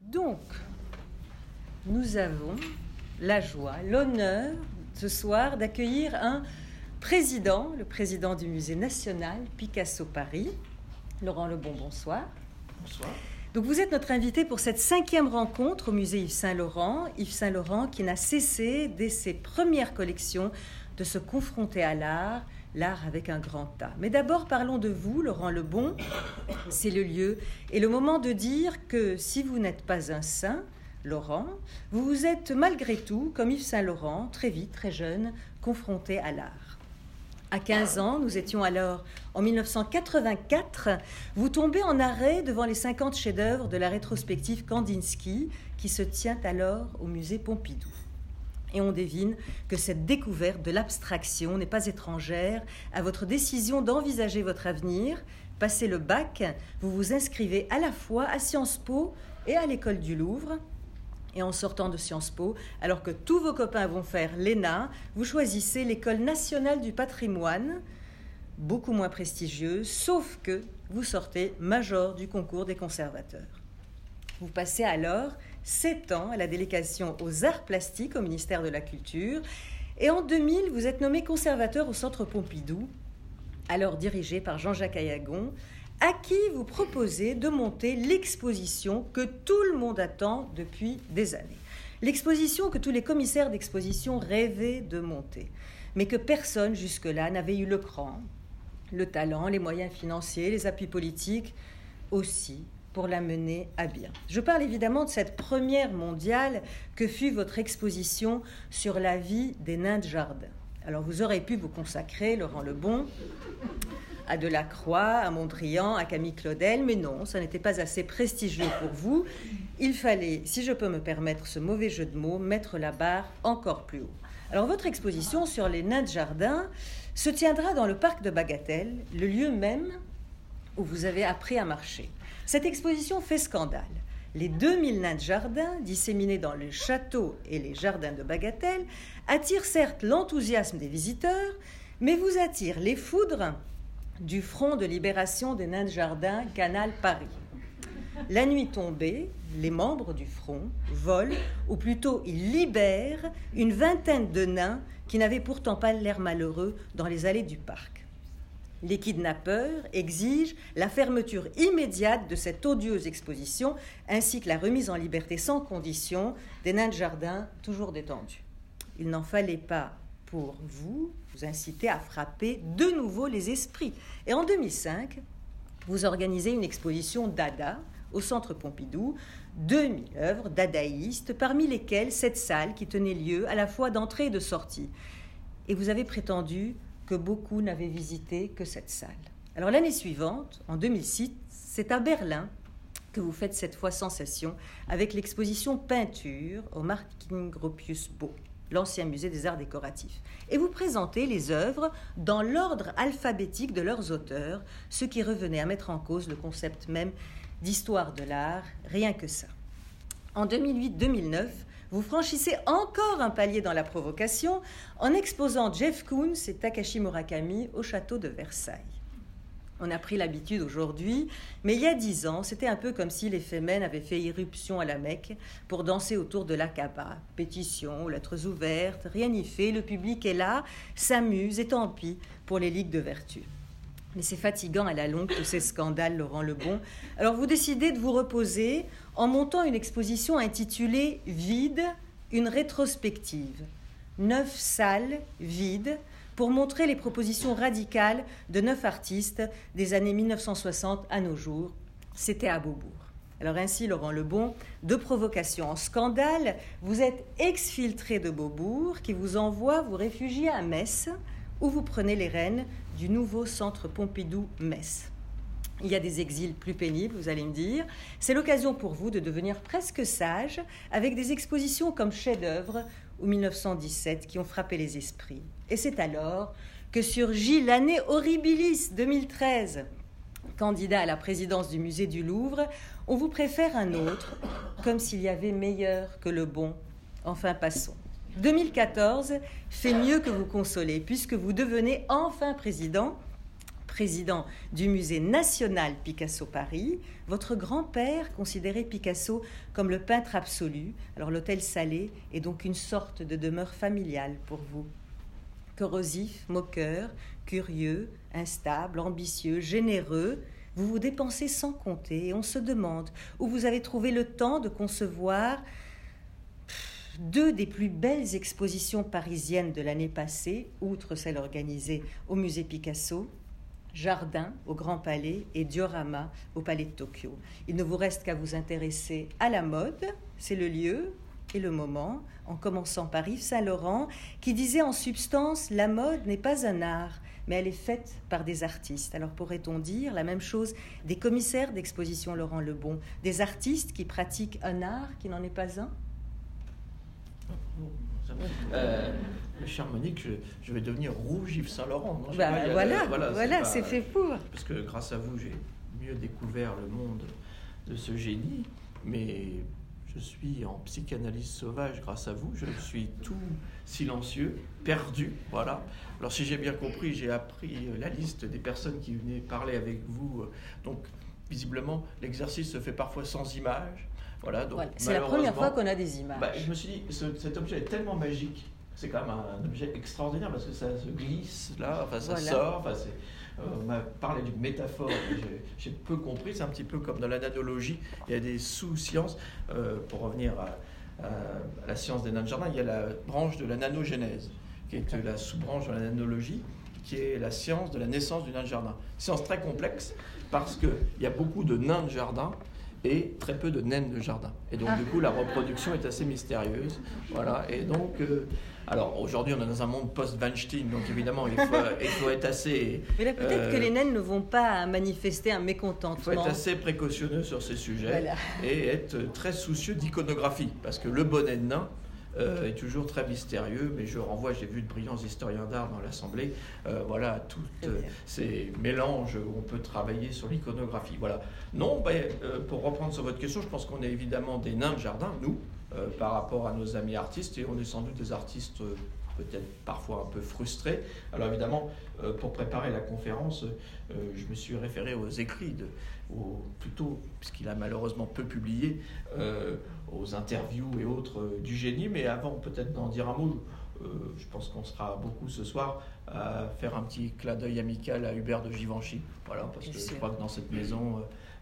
Donc, nous avons la joie, l'honneur ce soir d'accueillir un président, le président du Musée national Picasso Paris, Laurent Lebon, bonsoir. Bonsoir. Donc vous êtes notre invité pour cette 5e rencontre au musée Yves Saint-Laurent. Yves Saint-Laurent qui n'a cessé, dès ses premières collections, de se confronter à l'art, l'art avec un grand A. Mais d'abord, parlons de vous, Laurent Lebon. C'est le lieu et le moment de dire que si vous n'êtes pas un saint, Laurent, vous vous êtes malgré tout, comme Yves Saint-Laurent, très vite, très jeune, confronté à l'art. À 15 ans, nous étions alors en 1984, vous tombez en arrêt devant les 50 chefs-d'œuvre de la rétrospective Kandinsky qui se tient alors au musée Pompidou. Et on devine que cette découverte de l'abstraction n'est pas étrangère à votre décision d'envisager votre avenir. Passé le bac, vous vous inscrivez à la fois à Sciences Po et à l'école du Louvre. Et en sortant de Sciences Po, alors que tous vos copains vont faire l'ENA, vous choisissez l'École nationale du patrimoine, beaucoup moins prestigieuse, sauf que vous sortez major du concours des conservateurs. Vous passez alors 7 ans à la délégation aux arts plastiques au ministère de la Culture. Et en 2000, vous êtes nommé conservateur au Centre Pompidou, alors dirigé par Jean-Jacques Ayagon, à qui vous proposez de monter l'exposition que tout le monde attend depuis des années. L'exposition que tous les commissaires d'exposition rêvaient de monter, mais que personne jusque-là n'avait eu le cran, le talent, les moyens financiers, les appuis politiques aussi pour la mener à bien. Je parle évidemment de cette première mondiale que fut votre exposition sur la vie des nains de jardin. Alors vous aurez pu vous consacrer, Laurent Lebon, à Delacroix, à Mondrian, à Camille Claudel, mais non, ça n'était pas assez prestigieux pour vous. Il fallait, si je peux me permettre ce mauvais jeu de mots, mettre la barre encore plus haut. Alors votre exposition sur les nains de jardin se tiendra dans le parc de Bagatelle, le lieu même où vous avez appris à marcher. Cette exposition fait scandale. Les 2000 nains de jardin, disséminés dans les châteaux et les jardins de Bagatelle, attirent certes l'enthousiasme des visiteurs, mais vous attirent les foudres du Front de libération des nains de jardin, Canal Paris. La nuit tombée, les membres du Front volent, ou plutôt ils libèrent, une vingtaine de nains qui n'avaient pourtant pas l'air malheureux dans les allées du parc. Les kidnappeurs exigent la fermeture immédiate de cette odieuse exposition, ainsi que la remise en liberté sans condition des nains de jardin toujours détendus. Il n'en fallait pas pour vous inciter à frapper de nouveau les esprits. Et en 2005, vous organisez une exposition Dada au Centre Pompidou, 2000 œuvres dadaïstes, parmi lesquelles cette salle qui tenait lieu à la fois d'entrée et de sortie. Et vous avez prétendu que beaucoup n'avaient visité que cette salle. Alors l'année suivante, en 2006, c'est à Berlin que vous faites cette fois sensation avec l'exposition Peinture au Martin Gropius Bau, l'ancien musée des arts décoratifs. Et vous présentez les œuvres dans l'ordre alphabétique de leurs auteurs, ce qui revenait à mettre en cause le concept même d'histoire de l'art, rien que ça. En 2008-2009, vous franchissez encore un palier dans la provocation en exposant Jeff Koons et Takashi Murakami au château de Versailles. On a pris l'habitude aujourd'hui, mais il y a 10 ans, c'était un peu comme si les Femen avaient fait irruption à la Mecque pour danser autour de la Kaaba. Pétitions, lettres ouvertes, rien n'y fait, le public est là, s'amuse, et tant pis pour les ligues de vertu. Mais c'est fatigant à la longue tous ces scandales, Laurent Lebon. Alors vous décidez de vous reposer en montant une exposition intitulée « Vide, une rétrospective ». 9 salles vides, pour montrer les propositions radicales de 9 artistes des années 1960 à nos jours. C'était à Beaubourg. Alors ainsi, Laurent Lebon, de provocation en scandale, vous êtes exfiltré de Beaubourg qui vous envoie vous réfugier à Metz, où vous prenez les rênes du nouveau centre Pompidou-Metz. Il y a des exils plus pénibles, vous allez me dire. C'est l'occasion pour vous de devenir presque sage avec des expositions comme Chef-d'œuvre ou 1917 qui ont frappé les esprits. Et c'est alors que surgit l'année horribilis 2013. Candidat à la présidence du musée du Louvre, on vous préfère un autre, comme s'il y avait meilleur que le bon. Enfin, passons. 2014 fait mieux que vous consoler, puisque vous devenez enfin président président du Musée national Picasso Paris. Votre grand-père considérait Picasso comme le peintre absolu. Alors l'hôtel Salé est donc une sorte de demeure familiale pour vous. Corrosif, moqueur, curieux, instable, ambitieux, généreux, vous vous dépensez sans compter et on se demande où vous avez trouvé le temps de concevoir deux des plus belles expositions parisiennes de l'année passée, outre celle organisée au musée Picasso, Jardin au Grand Palais et Diorama au Palais de Tokyo. Il ne vous reste qu'à vous intéresser à la mode, c'est le lieu et le moment, en commençant par Yves Saint-Laurent, qui disait en substance « La mode n'est pas un art, mais elle est faite par des artistes ». Alors pourrait-on dire la même chose des commissaires d'exposition Laurent Lebon, des artistes qui pratiquent un art qui n'en est pas un ? Chère Monique, je vais devenir rouge Yves Saint-Laurent. Voilà, c'est fait pour. Parce que grâce à vous, j'ai mieux découvert le monde de ce génie, mais je suis en psychanalyse sauvage grâce à vous. Je suis tout silencieux, perdu, voilà. Alors si j'ai bien compris, j'ai appris la liste des personnes qui venaient parler avec vous. Donc visiblement, l'exercice se fait parfois sans images. Voilà, donc, c'est la première fois qu'on a des images. Je me suis dit, cet objet est tellement magique, c'est quand même un objet extraordinaire parce que ça se glisse là, ça sort. On m'a parlé d'une métaphore, j'ai peu compris, c'est un petit peu comme dans la nanologie, il y a des sous-sciences. Pour revenir à la science des nains de jardin, il y a la branche de la nanogénèse, qui est la sous-branche de la nanologie, qui est la science de la naissance du nain de jardin. Science très complexe parce qu'il y a beaucoup de nains de jardin et très peu de naines de jardin. Et donc, du coup, la reproduction est assez mystérieuse. Voilà. Et donc, alors aujourd'hui, on est dans un monde post-Weinstein, donc évidemment, il faut être assez... Mais là, peut-être que les naines ne vont pas manifester un mécontentement. Il faut être assez précautionneux sur ces sujets et être très soucieux d'iconographie, parce que le bonnet de nain est toujours très mystérieux, mais je renvoie, j'ai vu de brillants historiens d'art dans l'Assemblée, à tous ces mélanges où on peut travailler sur l'iconographie. Voilà. Non, pour reprendre sur votre question, je pense qu'on est évidemment des nains de jardin, nous, par rapport à nos amis artistes, et on est sans doute des artistes peut-être parfois un peu frustrés. Alors évidemment, pour préparer la conférence, je me suis référé aux écrits, plutôt, puisqu'il a malheureusement peu publié, aux interviews et autres du génie, mais avant peut-être d'en dire un mot, je pense qu'on sera beaucoup ce soir à faire un petit clin d'œil amical à Hubert de Givenchy, parce que je crois que dans cette maison,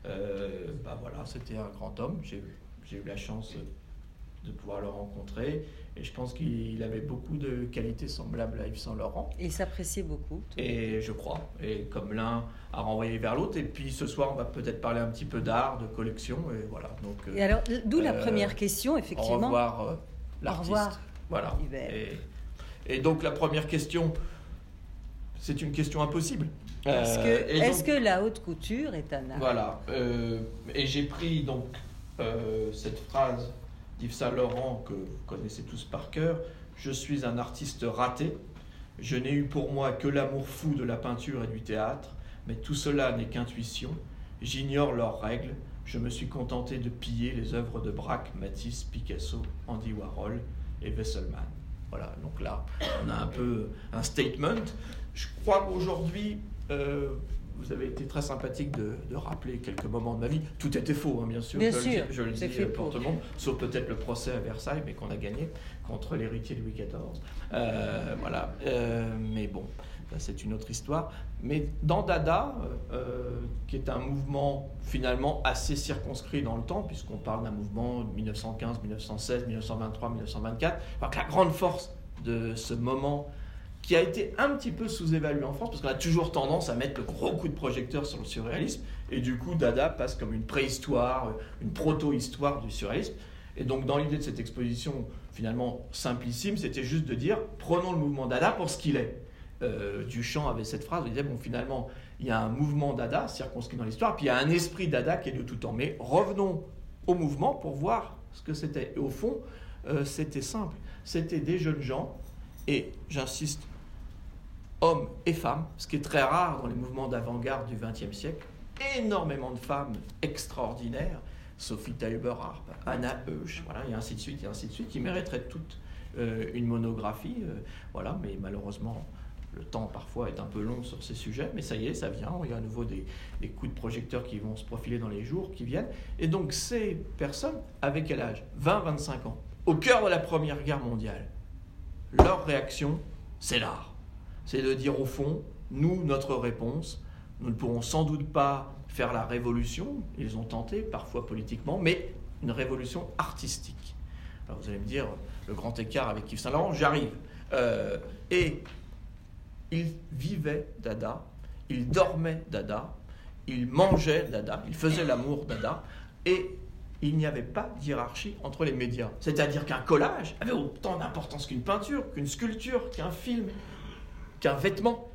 c'était un grand homme, j'ai eu la chance de pouvoir le rencontrer, et je pense qu'il avait beaucoup de qualités semblables à Yves Saint-Laurent. Il s'appréciait beaucoup. Et je crois, et comme l'un a renvoyé vers l'autre, et puis ce soir on va peut-être parler un petit peu d'art, de collection, et voilà. Donc, et alors, d'où la première question, effectivement. Au revoir l'artiste. Au revoir, voilà. Et donc la première question, c'est une question impossible. Est-ce que la haute couture est un art ? Voilà. Et j'ai pris donc cette phrase d'Yves Saint-Laurent que vous connaissez tous par cœur. Je suis un artiste raté. Je n'ai eu pour moi que l'amour fou de la peinture et du théâtre, mais tout cela n'est qu'intuition. J'ignore leurs règles. Je me suis contenté de piller les œuvres de Braque, Matisse, Picasso, Andy Warhol et Wesselmann. Voilà, donc là, on a un peu un statement. Je crois qu'aujourd'hui, vous avez été très sympathique de rappeler quelques moments de ma vie. Tout était faux, bien sûr. Je le dis pour tout le monde, sauf peut-être le procès à Versailles, mais qu'on a gagné contre l'héritier Louis XIV. Mais bon, ça, c'est une autre histoire. Mais dans Dada, qui est un mouvement finalement assez circonscrit dans le temps, puisqu'on parle d'un mouvement de 1915, 1916, 1923, 1924, la grande force de ce moment qui a été un petit peu sous-évalué en France, parce qu'on a toujours tendance à mettre le gros coup de projecteur sur le surréalisme, et du coup Dada passe comme une préhistoire, une proto-histoire du surréalisme. Et donc dans l'idée de cette exposition finalement simplissime, c'était juste de dire, prenons le mouvement Dada pour ce qu'il est. Duchamp avait cette phrase, il disait, finalement, il y a un mouvement Dada circonscrit dans l'histoire, puis il y a un esprit Dada qui est de tout temps. Mais revenons au mouvement pour voir ce que c'était. Et au fond, c'était simple. C'était des jeunes gens, et j'insiste, hommes et femmes, ce qui est très rare dans les mouvements d'avant-garde du XXe siècle, énormément de femmes extraordinaires, Sophie Taeuber-Harp, Anna Hösch, et ainsi de suite, qui mériteraient toutes une monographie, mais malheureusement, le temps parfois est un peu long sur ces sujets, mais ça y est, ça vient. Il y a à nouveau des coups de projecteur qui vont se profiler dans les jours qui viennent. Et donc ces personnes, avec quel âge ? 20-25 ans, au cœur de la Première Guerre mondiale. Leur réaction, c'est l'art. C'est de dire au fond, nous, notre réponse, nous ne pourrons sans doute pas faire la révolution, ils ont tenté, parfois politiquement, mais une révolution artistique. Alors vous allez me dire, le grand écart avec Yves Saint Laurent, j'arrive. Et il vivait Dada, il dormait Dada, il mangeait Dada, il faisait l'amour Dada, et il n'y avait pas d'hiérarchie entre les médias. C'est-à-dire qu'un collage avait autant d'importance qu'une peinture, qu'une sculpture, qu'un film, qu'un vêtement,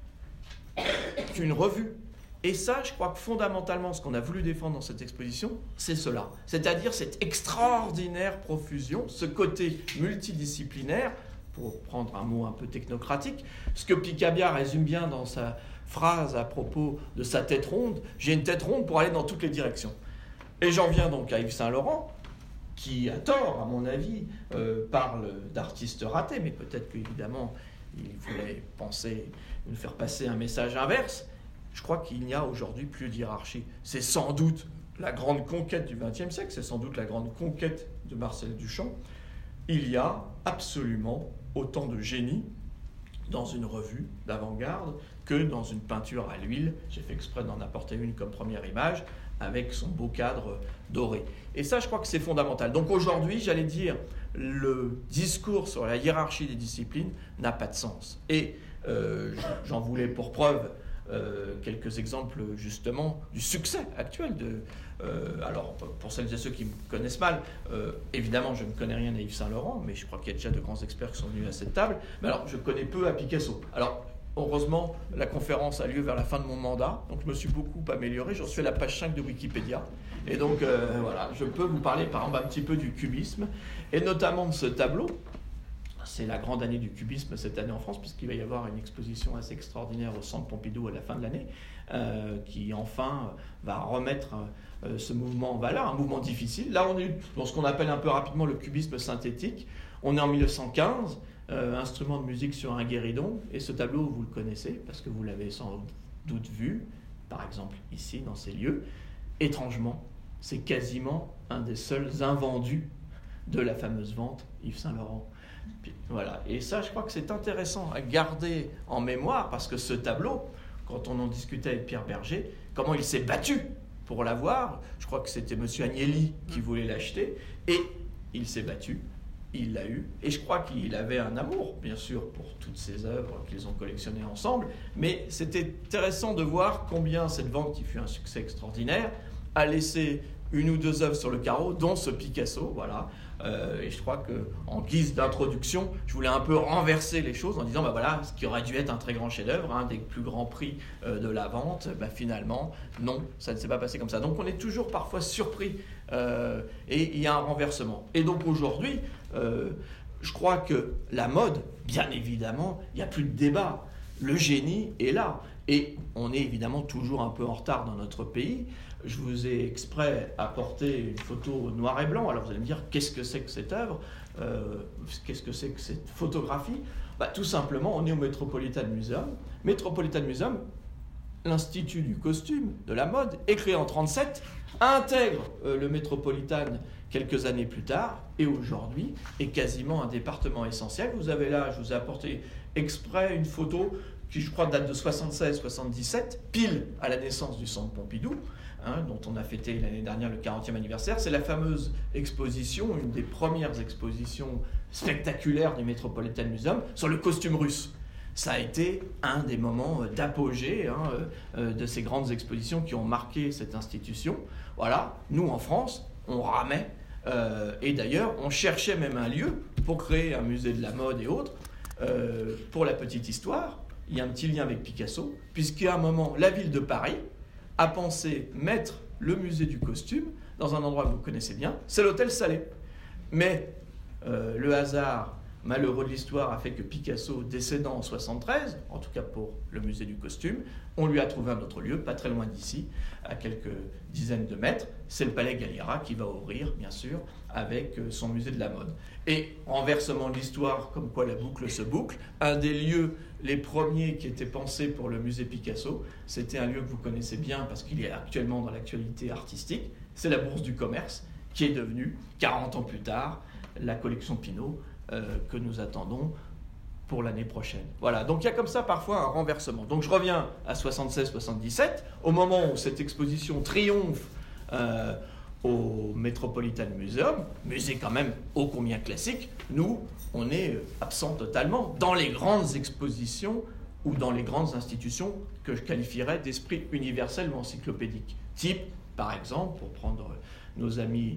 qu'une revue. Et ça, je crois que fondamentalement, ce qu'on a voulu défendre dans cette exposition, c'est cela. C'est-à-dire cette extraordinaire profusion, ce côté multidisciplinaire, pour prendre un mot un peu technocratique, ce que Picabia résume bien dans sa phrase à propos de sa tête ronde, « J'ai une tête ronde pour aller dans toutes les directions ». Et j'en viens donc à Yves Saint Laurent, qui, à tort, à mon avis, parle d'artistes ratés, mais peut-être qu'évidemment, il voulait penser, nous faire passer un message inverse. Je crois qu'il n'y a aujourd'hui plus d'hiérarchie. C'est sans doute la grande conquête du XXe siècle, c'est sans doute la grande conquête de Marcel Duchamp. Il y a absolument autant de génie dans une revue d'avant-garde que dans une peinture à l'huile. J'ai fait exprès d'en apporter une comme première image, avec son beau cadre doré. Et ça, je crois que c'est fondamental. Donc aujourd'hui, j'allais dire, le discours sur la hiérarchie des disciplines n'a pas de sens. Et j'en voulais pour preuve quelques exemples justement du succès actuel alors pour celles et ceux qui me connaissent mal, évidemment je ne connais rien à Yves Saint Laurent, mais je crois qu'il y a déjà de grands experts qui sont venus à cette table, mais alors je connais peu à Picasso. Alors heureusement la conférence a lieu vers la fin de mon mandat, donc je me suis beaucoup amélioré, j'en suis à la page 5 de Wikipédia, et donc voilà, je peux vous parler par exemple un petit peu du cubisme, et notamment de ce tableau. C'est la grande année du cubisme cette année en France, puisqu'il va y avoir une exposition assez extraordinaire au Centre Pompidou à la fin de l'année, qui enfin va remettre ce mouvement en valeur, un mouvement difficile. Là, on est dans ce qu'on appelle un peu rapidement le cubisme synthétique. On est en 1915, instrument de musique sur un guéridon, et ce tableau, vous le connaissez, parce que vous l'avez sans doute vu, par exemple ici, dans ces lieux. Étrangement, c'est quasiment un des seuls invendus de la fameuse vente Yves Saint Laurent. Puis, voilà. Et ça, je crois que c'est intéressant à garder en mémoire, parce que ce tableau, quand on en discutait avec Pierre Berger, comment il s'est battu pour l'avoir. Je crois que c'était M. Agnelli qui voulait l'acheter, et il s'est battu, il l'a eu, et je crois qu'il avait un amour, bien sûr, pour toutes ces œuvres qu'ils ont collectionnées ensemble, mais c'était intéressant de voir combien cette vente, qui fut un succès extraordinaire, a laissé une ou deux œuvres sur le carreau, dont ce Picasso, voilà. Et je crois qu'en guise d'introduction, je voulais un peu renverser les choses en disant, voilà, ce qui aurait dû être un très grand chef-d'œuvre, un des plus grands prix de la vente, finalement, non, ça ne s'est pas passé comme ça. Donc on est toujours parfois surpris, et il y a un renversement. Et donc aujourd'hui, je crois que la mode, bien évidemment, il n'y a plus de débat. Le génie est là. Et on est évidemment toujours un peu en retard dans notre pays. Je vous ai exprès apporté une photo noir et blanc. Alors vous allez me dire, qu'est-ce que c'est que cette œuvre ? Qu'est-ce que c'est que cette photographie ? Tout simplement, on est au Metropolitan Museum. Metropolitan Museum, l'Institut du costume, de la mode, est créé en 1937, intègre le Metropolitan quelques années plus tard, et aujourd'hui est quasiment un département essentiel. Vous avez là, je vous ai apporté exprès une photo qui, je crois, date de 76-77, pile à la naissance du Centre Pompidou, dont on a fêté l'année dernière le 40e anniversaire. C'est la fameuse exposition, une des premières expositions spectaculaires du Metropolitan Museum, sur le costume russe. Ça a été un des moments d'apogée de ces grandes expositions qui ont marqué cette institution. Voilà, nous en France, on ramait, et d'ailleurs, on cherchait même un lieu pour créer un musée de la mode et autres. Pour la petite histoire, il y a un petit lien avec Picasso, puisqu'à un moment, la ville de Paris a pensé mettre le musée du costume dans un endroit que vous connaissez bien, c'est l'hôtel Salé. Mais le hasard malheureux de l'histoire a fait que Picasso, décédant en 73, en tout cas pour le musée du costume, on lui a trouvé un autre lieu, pas très loin d'ici, à quelques dizaines de mètres. C'est le Palais Galliera qui va ouvrir, bien sûr, avec son musée de la mode. Et renversement de l'histoire, comme quoi la boucle se boucle, un des lieux les premiers qui étaient pensés pour le musée Picasso, c'était un lieu que vous connaissez bien parce qu'il est actuellement dans l'actualité artistique, c'est la Bourse du Commerce, qui est devenue, 40 ans plus tard, la collection Pinault que nous attendons pour l'année prochaine. Voilà, donc il y a comme ça parfois un renversement. Donc je reviens à 76-77, au moment où cette exposition triomphe au Metropolitan Museum, musée quand même ô combien classique, nous, on est absents totalement dans les grandes expositions ou dans les grandes institutions que je qualifierais d'esprit universel ou encyclopédique. Type, par exemple, pour prendre nos amis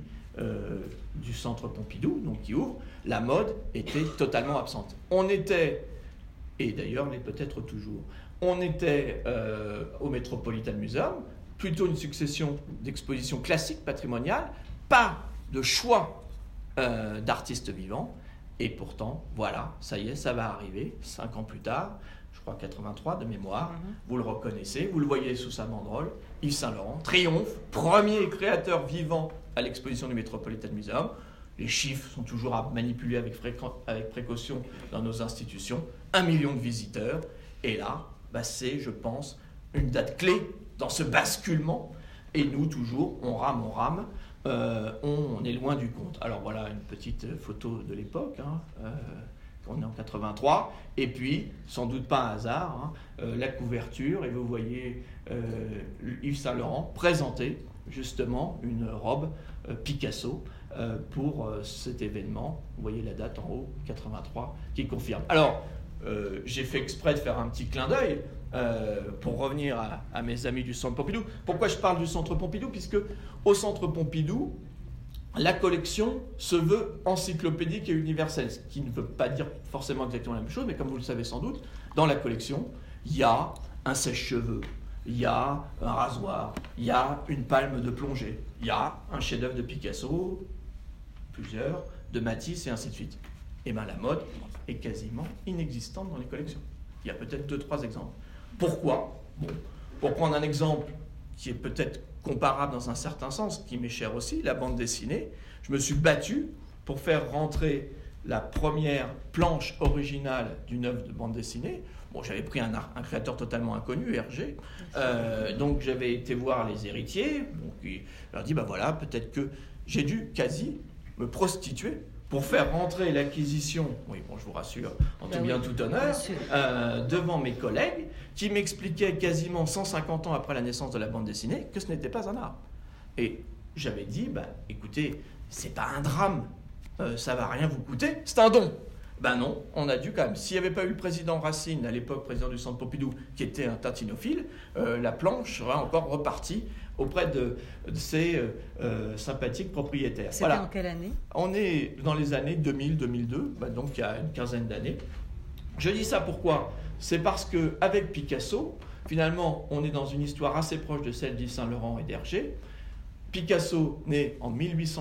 du Centre Pompidou, donc qui ouvre, la mode était totalement absente. On était, et d'ailleurs l'est peut-être toujours, on était au Metropolitan Museum, plutôt une succession d'expositions classiques patrimoniales, pas de choix d'artistes vivants, et pourtant, voilà, ça y est, ça va arriver, 5 ans plus tard, je crois 83 de mémoire, vous le reconnaissez, vous le voyez sous sa banderole, Yves Saint-Laurent triomphe, premier créateur vivant à l'exposition du Metropolitan Museum. Les chiffres sont toujours à manipuler avec précaution dans nos institutions. 1 million de visiteurs. Et là, c'est, je pense, une date clé dans ce basculement. Et nous, toujours, on rame. On est loin du compte. Alors voilà une petite photo de l'époque. On est en 83. Et puis, sans doute pas un hasard, la couverture. Et vous voyez Yves Saint-Laurent présenter justement une robe Picasso pour cet événement. Vous voyez la date en haut, 83, qui confirme. Alors, j'ai fait exprès de faire un petit clin d'œil pour revenir à mes amis du Centre Pompidou. Pourquoi je parle du Centre Pompidou? Puisque au Centre Pompidou, la collection se veut encyclopédique et universelle, ce qui ne veut pas dire forcément exactement la même chose, mais comme vous le savez sans doute, dans la collection, il y a un sèche-cheveux, il y a un rasoir, il y a une palme de plongée, il y a un chef-d'œuvre de Picasso, plusieurs, de Matisse et ainsi de suite. Et bien la mode est quasiment inexistante dans les collections. Il y a peut-être 2-3 exemples. Pourquoi? Pour prendre un exemple qui est peut-être comparable dans un certain sens, qui m'est cher aussi, la bande dessinée, je me suis battu pour faire rentrer la première planche originale d'une œuvre de bande dessinée. J'avais pris un créateur totalement inconnu, Hergé, donc j'avais été voir les héritiers, donc je leur dis, voilà, peut-être que j'ai dû quasi me prostituer pour faire rentrer l'acquisition, je vous rassure, en tout bien, tout honneur, devant mes collègues, qui m'expliquaient quasiment 150 ans après la naissance de la bande dessinée que ce n'était pas un art. Et j'avais dit, écoutez, c'est pas un drame, ça va rien vous coûter, c'est un don. Non, on a dû quand même. S'il n'y avait pas eu le président Racine, à l'époque président du Centre Pompidou, qui était un tartinophile, la planche serait encore repartie auprès de ses sympathiques propriétaires. C'était en quelle année? On est dans les années 2000-2002, donc il y a une quinzaine d'années. Je dis ça pourquoi? C'est parce qu'avec Picasso, finalement, on est dans une histoire assez proche de celle d'Yves Saint-Laurent et d'Hergé. Picasso naît en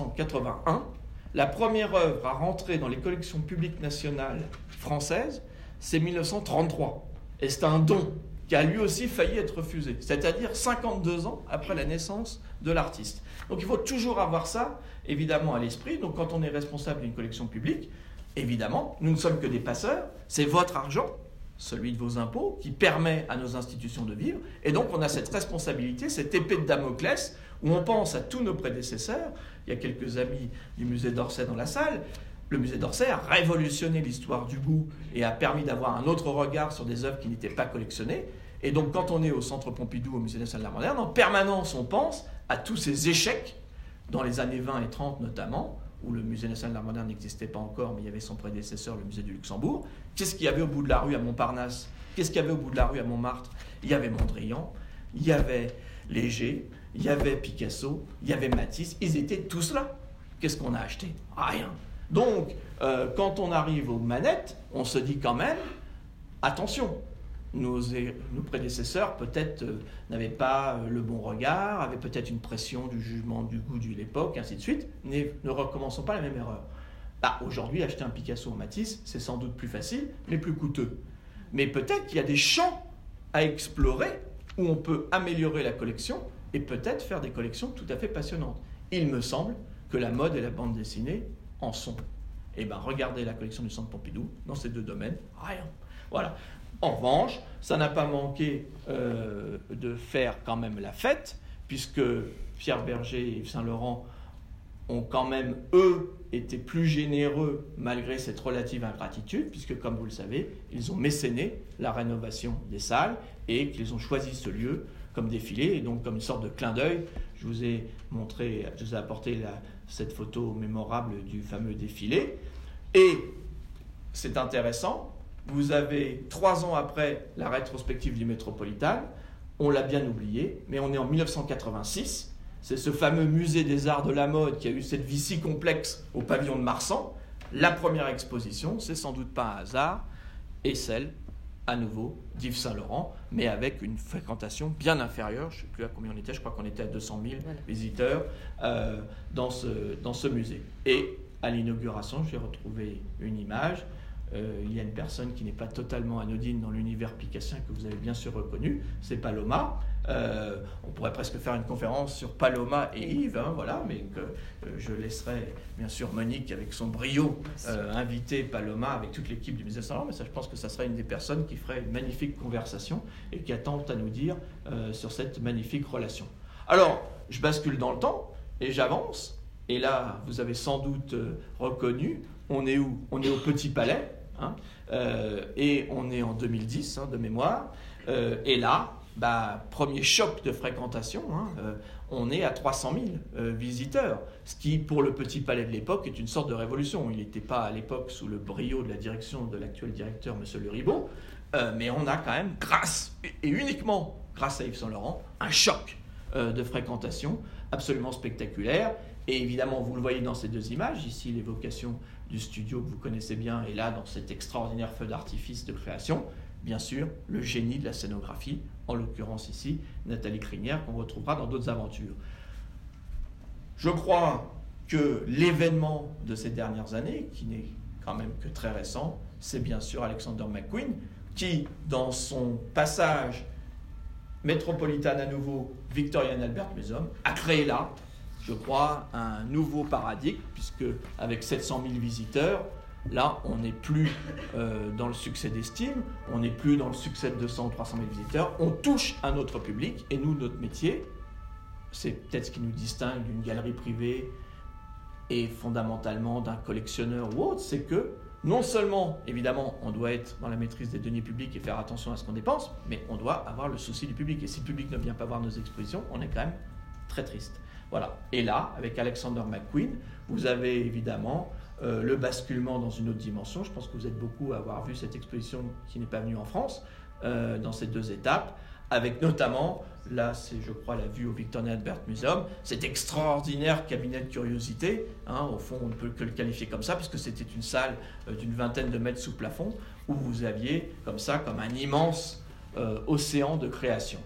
1881. La première œuvre à rentrer dans les collections publiques nationales françaises, c'est 1933. Et c'est un don qui a lui aussi failli être refusé, c'est-à-dire 52 ans après la naissance de l'artiste. Donc il faut toujours avoir ça, évidemment, à l'esprit. Donc quand on est responsable d'une collection publique, évidemment, nous ne sommes que des passeurs, c'est votre argent, celui de vos impôts, qui permet à nos institutions de vivre. Et donc on a cette responsabilité, cette épée de Damoclès, où on pense à tous nos prédécesseurs. Il y a quelques amis du musée d'Orsay dans la salle. Le musée d'Orsay a révolutionné l'histoire du goût et a permis d'avoir un autre regard sur des œuvres qui n'étaient pas collectionnées. Et donc, quand on est au Centre Pompidou, au Musée national de l'art moderne, en permanence, on pense à tous ces échecs, dans les années 20 et 30 notamment, où le Musée national de l'art moderne n'existait pas encore, mais il y avait son prédécesseur, le Musée du Luxembourg. Qu'est-ce qu'il y avait au bout de la rue à Montparnasse? Qu'est-ce qu'il y avait au bout de la rue à Montmartre? Il y avait Mondrian, il y avait Léger, il y avait Picasso, il y avait Matisse, ils étaient tous là. Qu'est-ce qu'on a acheté? Rien. Donc, quand on arrive aux manettes, on se dit quand même, attention, nos prédécesseurs peut-être n'avaient pas le bon regard, avaient peut-être une pression du jugement du goût de l'époque, ainsi de suite. Ne recommençons pas la même erreur. Aujourd'hui, acheter un Picasso en Matisse, c'est sans doute plus facile, mais plus coûteux. Mais peut-être qu'il y a des champs à explorer où on peut améliorer la collection et peut-être faire des collections tout à fait passionnantes. Il me semble que la mode et la bande dessinée en sont. Regardez la collection du Centre Pompidou dans ces deux domaines, rien. Voilà. En revanche, ça n'a pas manqué de faire quand même la fête, puisque Pierre Berger et Yves Saint Laurent ont quand même, eux, été plus généreux malgré cette relative ingratitude, puisque, comme vous le savez, ils ont mécéné la rénovation des salles et qu'ils ont choisi ce lieu comme défilé, et donc comme une sorte de clin d'œil. Je vous ai apporté cette photo mémorable du fameux défilé. Et c'est intéressant, vous avez 3 ans après la rétrospective du Métropolitan, on l'a bien oublié, mais on est en 1986. C'est ce fameux musée des arts de la mode qui a eu cette vie si complexe au pavillon de Marsan. La première exposition, c'est sans doute pas un hasard, et celle, à nouveau, d'Yves Saint Laurent, mais avec une fréquentation bien inférieure. Je ne sais plus à combien on était, je crois qu'on était à 200 000 visiteurs dans ce musée. Et à l'inauguration, j'ai retrouvé une image. Il y a une personne qui n'est pas totalement anodine dans l'univers picassien que vous avez bien sûr reconnu, c'est Paloma. On pourrait presque faire une conférence sur Paloma et Yves, mais que je laisserai bien sûr Monique avec son brio inviter Paloma avec toute l'équipe du musée Saint-Laurent, mais ça, je pense que ça serait une des personnes qui ferait une magnifique conversation et qui a tant à nous dire sur cette magnifique relation. Alors, je bascule dans le temps et j'avance, et là, vous avez sans doute reconnu, on est où ? On est au Petit Palais. Et on est en 2010 de mémoire, et là, premier choc de fréquentation, on est à 300 000 visiteurs, ce qui pour le Petit Palais de l'époque est une sorte de révolution. Il n'était pas à l'époque sous le brio de la direction de l'actuel directeur, M. Le Ribot, mais on a quand même, grâce et uniquement grâce à Yves Saint Laurent, un choc de fréquentation absolument spectaculaire. Et évidemment, vous le voyez dans ces deux images, ici l'évocation du studio que vous connaissez bien, et là dans cet extraordinaire feu d'artifice de création, bien sûr, le génie de la scénographie, en l'occurrence ici, Nathalie Crinière, qu'on retrouvera dans d'autres aventures. Je crois que l'événement de ces dernières années, qui n'est quand même que très récent, c'est bien sûr Alexander McQueen, qui, dans son passage Metropolitan à nouveau, Victoria and Albert Museum, a créé là, je crois, un nouveau paradigme, puisque avec 700 000 visiteurs, là, on n'est plus dans le succès d'estime, on n'est plus dans le succès de 200 ou 300 000 visiteurs, on touche un autre public, et nous, notre métier, c'est peut-être ce qui nous distingue d'une galerie privée et fondamentalement d'un collectionneur ou autre, c'est que non seulement, évidemment, on doit être dans la maîtrise des deniers publics et faire attention à ce qu'on dépense, mais on doit avoir le souci du public. Et si le public ne vient pas voir nos expositions, on est quand même très triste. Voilà. Et là, avec Alexander McQueen, vous avez évidemment le basculement dans une autre dimension. Je pense que vous êtes beaucoup à avoir vu cette exposition qui n'est pas venue en France, dans ces deux étapes, avec notamment, là c'est je crois la vue au Victoria and Albert Museum, cet extraordinaire cabinet de curiosité, au fond on ne peut que le qualifier comme ça, puisque c'était une salle d'une 20aine de mètres sous plafond, où vous aviez comme ça, comme un immense océan de création.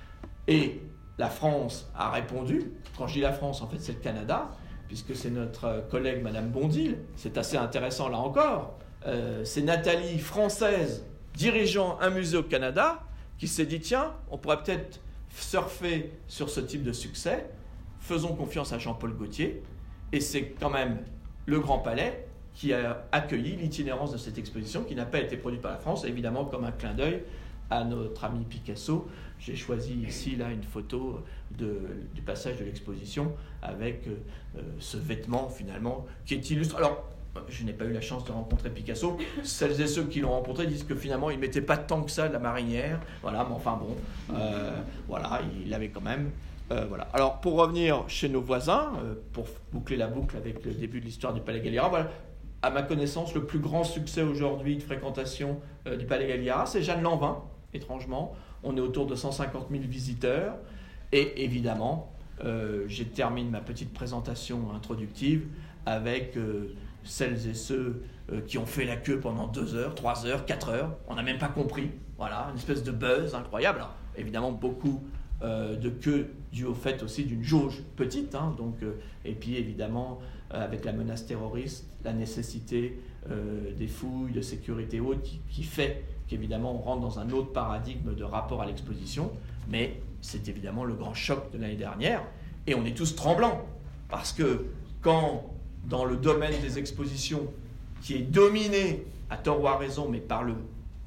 Et la France a répondu. Quand je dis la France, en fait c'est le Canada, puisque c'est notre collègue Madame Bondil, c'est assez intéressant là encore, c'est Nathalie, française, dirigeant un musée au Canada, qui s'est dit, tiens, on pourrait peut-être surfer sur ce type de succès, faisons confiance à Jean-Paul Gaultier, et c'est quand même le Grand Palais qui a accueilli l'itinérance de cette exposition, qui n'a pas été produite par la France, évidemment comme un clin d'œil à notre ami Picasso. J'ai choisi ici là, une photo du passage de l'exposition avec ce vêtement finalement qui est illustre. Alors, je n'ai pas eu la chance de rencontrer Picasso. Celles et ceux qui l'ont rencontré disent que finalement, il ne mettait pas tant que ça de la marinière. Voilà, mais enfin bon, voilà, il avait quand même. Voilà. Alors, pour revenir chez nos voisins, pour boucler la boucle avec le début de l'histoire du Palais Galliera, voilà, à ma connaissance, le plus grand succès aujourd'hui de fréquentation du Palais Galliera, c'est Jeanne Lanvin, étrangement. On est autour de 150 000 visiteurs. Et évidemment, je termine ma petite présentation introductive avec celles et ceux qui ont fait la queue pendant 2 heures, 3 heures, 4 heures. On n'a même pas compris. Voilà, une espèce de buzz incroyable. Alors, évidemment, beaucoup de queues dues au fait aussi d'une jauge petite. Donc, et puis, évidemment, avec la menace terroriste, la nécessité des fouilles, de sécurité haute, qui fait qu'évidemment on rentre dans un autre paradigme de rapport à l'exposition, mais c'est évidemment le grand choc de l'année dernière, et on est tous tremblants, parce que quand, dans le domaine des expositions, qui est dominé, à tort ou à raison, mais par le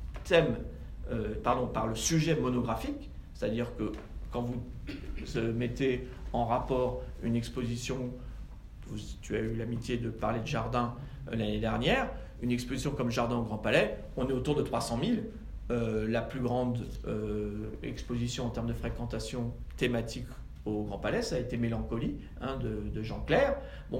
par le sujet monographique, c'est-à-dire que quand vous mettez en rapport une exposition, tu as eu l'amitié de parler de jardin l'année dernière, une exposition comme Jardin au Grand Palais, on est autour de 300 000. La plus grande exposition en termes de fréquentation thématique au Grand Palais, ça a été Mélancolie de Jean Clair.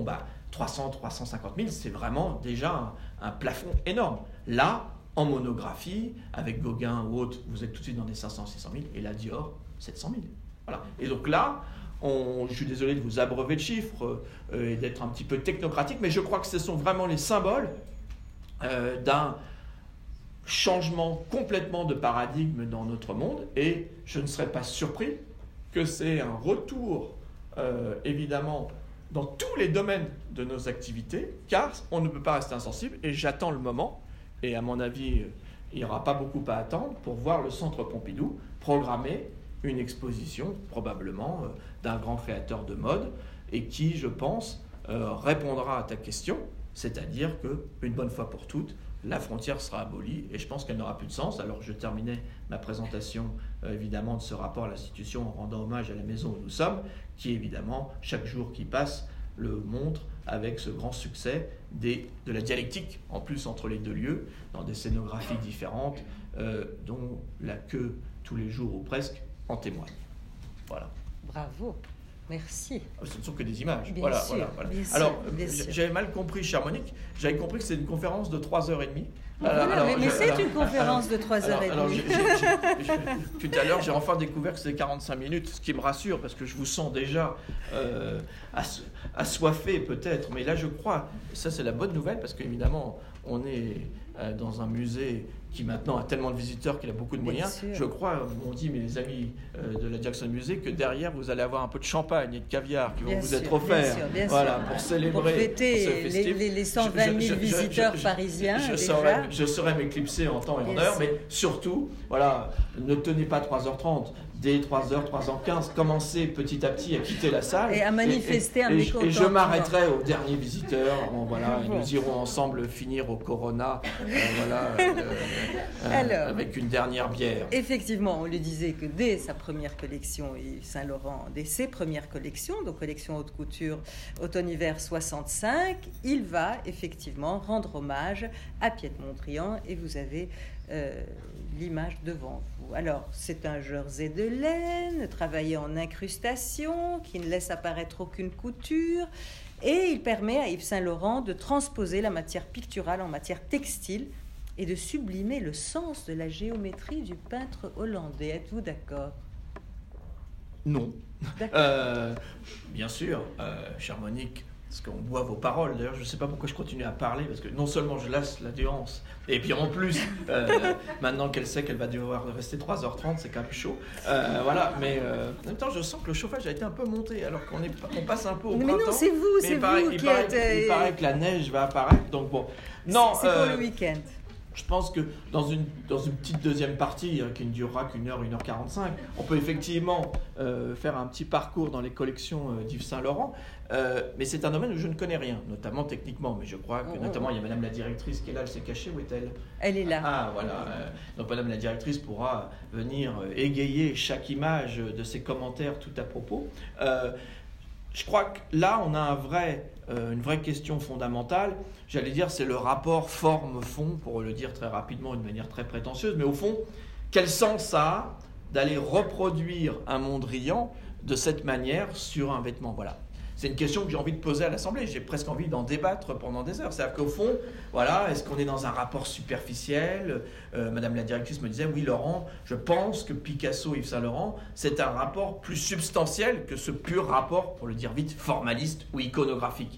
300-350 000, c'est vraiment déjà un plafond énorme. Là, en monographie, avec Gauguin ou autre, vous êtes tout de suite dans des 500-600 000, et là, Dior, 700 000. Voilà. Et donc là, je suis désolé de vous abreuver de chiffres et d'être un petit peu technocratique, mais je crois que ce sont vraiment les symboles d'un changement complètement de paradigme dans notre monde, et je ne serais pas surpris que c'est un retour, évidemment, dans tous les domaines de nos activités, car on ne peut pas rester insensible, et j'attends le moment, et à mon avis, il n'y aura pas beaucoup à attendre pour voir le Centre Pompidou programmer une exposition, probablement, d'un grand créateur de mode, et qui, je pense, répondra à ta question, c'est-à-dire qu'une bonne fois pour toutes, la frontière sera abolie, et je pense qu'elle n'aura plus de sens. Alors je terminais ma présentation, évidemment, de ce rapport à l'institution en rendant hommage à la maison où nous sommes, qui, évidemment, chaque jour qui passe, le montre avec ce grand succès de la dialectique, en plus, entre les deux lieux, dans des scénographies différentes, dont la queue, tous les jours ou presque, en témoigne. Voilà. Bravo. Merci. Ce ne sont que des images. Bien voilà. sûr. Alors, j'avais mal compris, chère Monique. J'avais compris que c'est une conférence de 3h30. Mais c'est une conférence de 3h30. Tout à l'heure, j'ai enfin découvert que c'était 45 minutes, ce qui me rassure, parce que je vous sens déjà assoiffé peut-être. Mais là, je crois, ça c'est la bonne nouvelle, parce qu'évidemment, on est dans un musée qui maintenant a tellement de visiteurs qu'il a beaucoup de moyens. Je crois, m'ont dit mes amis de la Jackson Musée, que derrière vous allez avoir un peu de champagne et de caviar qui vont vous être offerts, pour célébrer, pour fêter les 120 000 visiteurs parisiens. Je saurais m'éclipser en temps et en heure, mais surtout, voilà, ne tenez pas 3h30. Dès 3h, 3h15, commencez petit à petit à quitter la salle. Et à manifester un mécontentement. Et je m'arrêterai au dernier visiteur. Et nous irons ensemble finir au Corona, avec une dernière bière. Effectivement, on lui disait que dès sa première collection, Yves Saint Laurent, dès ses premières collections, donc collection haute couture, automne-hiver 65, il va effectivement rendre hommage à Piet-Mondrian, et vous avez l'image devant vous. Alors, c'est un jersey de laine, travaillé en incrustation, qui ne laisse apparaître aucune couture, et il permet à Yves Saint Laurent de transposer la matière picturale en matière textile et de sublimer le sens de la géométrie du peintre hollandais. Êtes-vous d'accord ? Non. Bien sûr, chère Monique, parce qu'on boit vos paroles. D'ailleurs, je ne sais pas pourquoi je continue à parler, parce que non seulement je lasse l'audience, et puis en plus, maintenant qu'elle sait qu'elle va devoir rester 3h30, c'est quand même chaud. Mais en même temps, je sens que le chauffage a été un peu monté, alors qu'on passe un peu au printemps. Mais non, c'est vous qui êtes... Il paraît que la neige va apparaître, donc bon. Non, c'est pour le week-end. Je pense que dans une petite deuxième partie, qui ne durera qu'1 heure, 1h45, on peut effectivement faire un petit parcours dans les collections d'Yves Saint Laurent, mais c'est un domaine où je ne connais rien, notamment techniquement, mais je crois que notamment il y a Madame la directrice qui est là, elle s'est cachée, où est-elle ? Elle est là. Ah voilà, donc Madame la directrice pourra venir égayer chaque image de ses commentaires tout à propos. Je crois que là, on a une vraie question fondamentale. J'allais dire, c'est le rapport forme-fond, pour le dire très rapidement, d'une manière très prétentieuse. Mais au fond, quel sens ça a d'aller reproduire un Mondrian de cette manière sur un vêtement ? Voilà. C'est une question que j'ai envie de poser à l'Assemblée. J'ai presque envie d'en débattre pendant des heures. C'est-à-dire qu'au fond, est-ce qu'on est dans un rapport superficiel ? Madame la directrice me disait, oui Laurent, je pense que Picasso, Yves Saint Laurent, c'est un rapport plus substantiel que ce pur rapport, pour le dire vite, formaliste ou iconographique.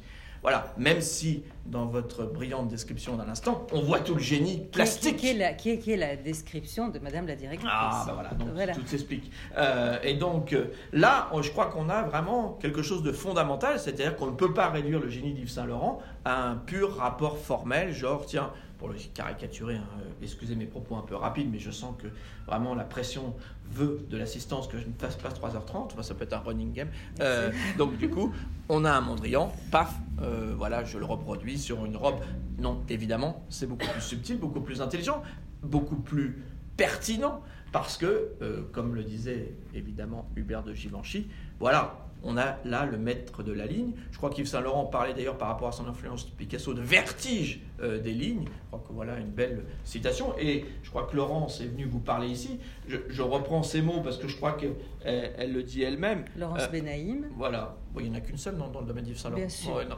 Voilà, même si dans votre brillante description d'un instant, on voit tout le génie plastique. Qui est la description de Madame la directrice. Ah, ben voilà, donc tout s'explique. Et donc là, je crois qu'on a vraiment quelque chose de fondamental, c'est-à-dire qu'on ne peut pas réduire le génie d'Yves Saint-Laurent à un pur rapport formel, genre, tiens, pour le caricaturer, excusez mes propos un peu rapides, mais je sens que vraiment la pression veut de l'assistance que je ne fasse pas 3h30, enfin, ça peut être un running game. Donc du coup, on a un Mondrian, paf, voilà, je le reproduis sur une robe. Non, évidemment, c'est beaucoup plus subtil, beaucoup plus intelligent, beaucoup plus pertinent, parce que, comme le disait évidemment Hubert de Givenchy, voilà, on a là le maître de la ligne. Je crois qu'Yves Saint-Laurent parlait d'ailleurs par rapport à son influence Picasso de vertige des lignes. Je crois que voilà une belle citation. Et je crois que Laurence est venue vous parler ici. Je reprends ces mots parce que je crois qu'elle le dit elle-même. Laurence Benaïm. Voilà. Bon, il n'y en a qu'une seule dans le domaine d'Yves Saint-Laurent. Bien sûr. Ouais, non,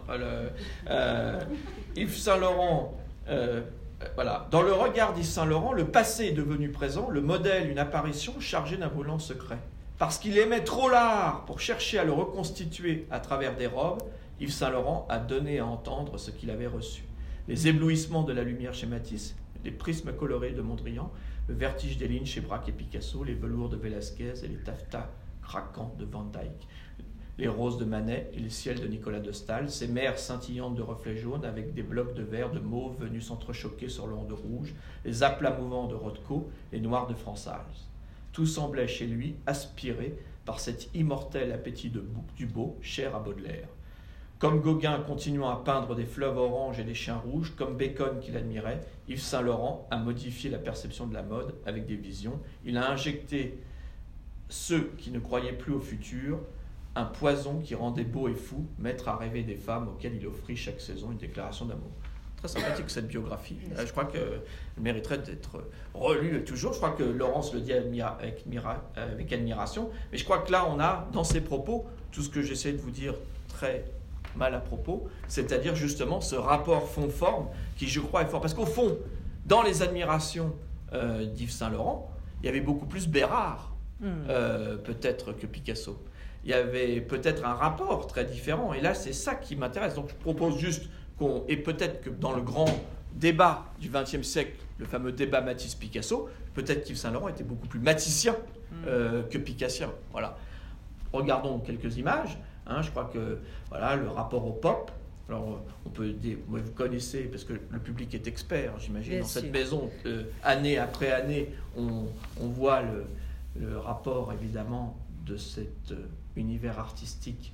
Yves Saint-Laurent... voilà. Dans le regard d'Yves Saint-Laurent, le passé est devenu présent, le modèle une apparition chargée d'un volant secret. Parce qu'il aimait trop l'art pour chercher à le reconstituer à travers des robes, Yves Saint-Laurent a donné à entendre ce qu'il avait reçu. Les éblouissements de la lumière chez Matisse, les prismes colorés de Mondrian, le vertige des lignes chez Braque et Picasso, les velours de Velázquez et les taffetas craquants de Van Dyck, les roses de Manet et les ciels de Nicolas de Staël, ces mers scintillantes de reflets jaunes avec des blocs de verre de mauve venus s'entrechoquer sur l'onde rouge, les aplats mouvants de Rothko, les noirs de France Hals. Tout semblait chez lui aspiré par cet immortel appétit du beau, cher à Baudelaire. Comme Gauguin continuant à peindre des fleuves oranges et des chiens rouges, comme Bacon qui l'admirait, Yves Saint-Laurent a modifié la perception de la mode avec des visions. Il a injecté ceux qui ne croyaient plus au futur, un poison qui rendait beau et fou, mettre à rêver des femmes auxquelles il offrit chaque saison une déclaration d'amour. Très sympathique cette biographie. Je crois qu'elle mériterait d'être relue toujours. Je crois que Laurence le dit avec admiration. Mais je crois que là, on a dans ses propos tout ce que j'essaie de vous dire très mal à propos, c'est-à-dire justement ce rapport fond-forme qui, je crois, est fort. Parce qu'au fond, dans les admirations d'Yves Saint-Laurent, il y avait beaucoup plus Bérard, peut-être, que Picasso. Il y avait peut-être un rapport très différent. Et là, c'est ça qui m'intéresse. Donc, je propose juste et peut-être que dans le grand débat du XXe siècle, le fameux débat Matisse-Picasso, peut-être qu'Yves Saint-Laurent était beaucoup plus maticien que picassien. Voilà. Regardons quelques images. Je crois que voilà, le rapport au pop. Alors, on peut dire, vous connaissez, parce que le public est expert, j'imagine, bien dans sûr. Cette maison, année après année, on voit le rapport, évidemment, de cet univers artistique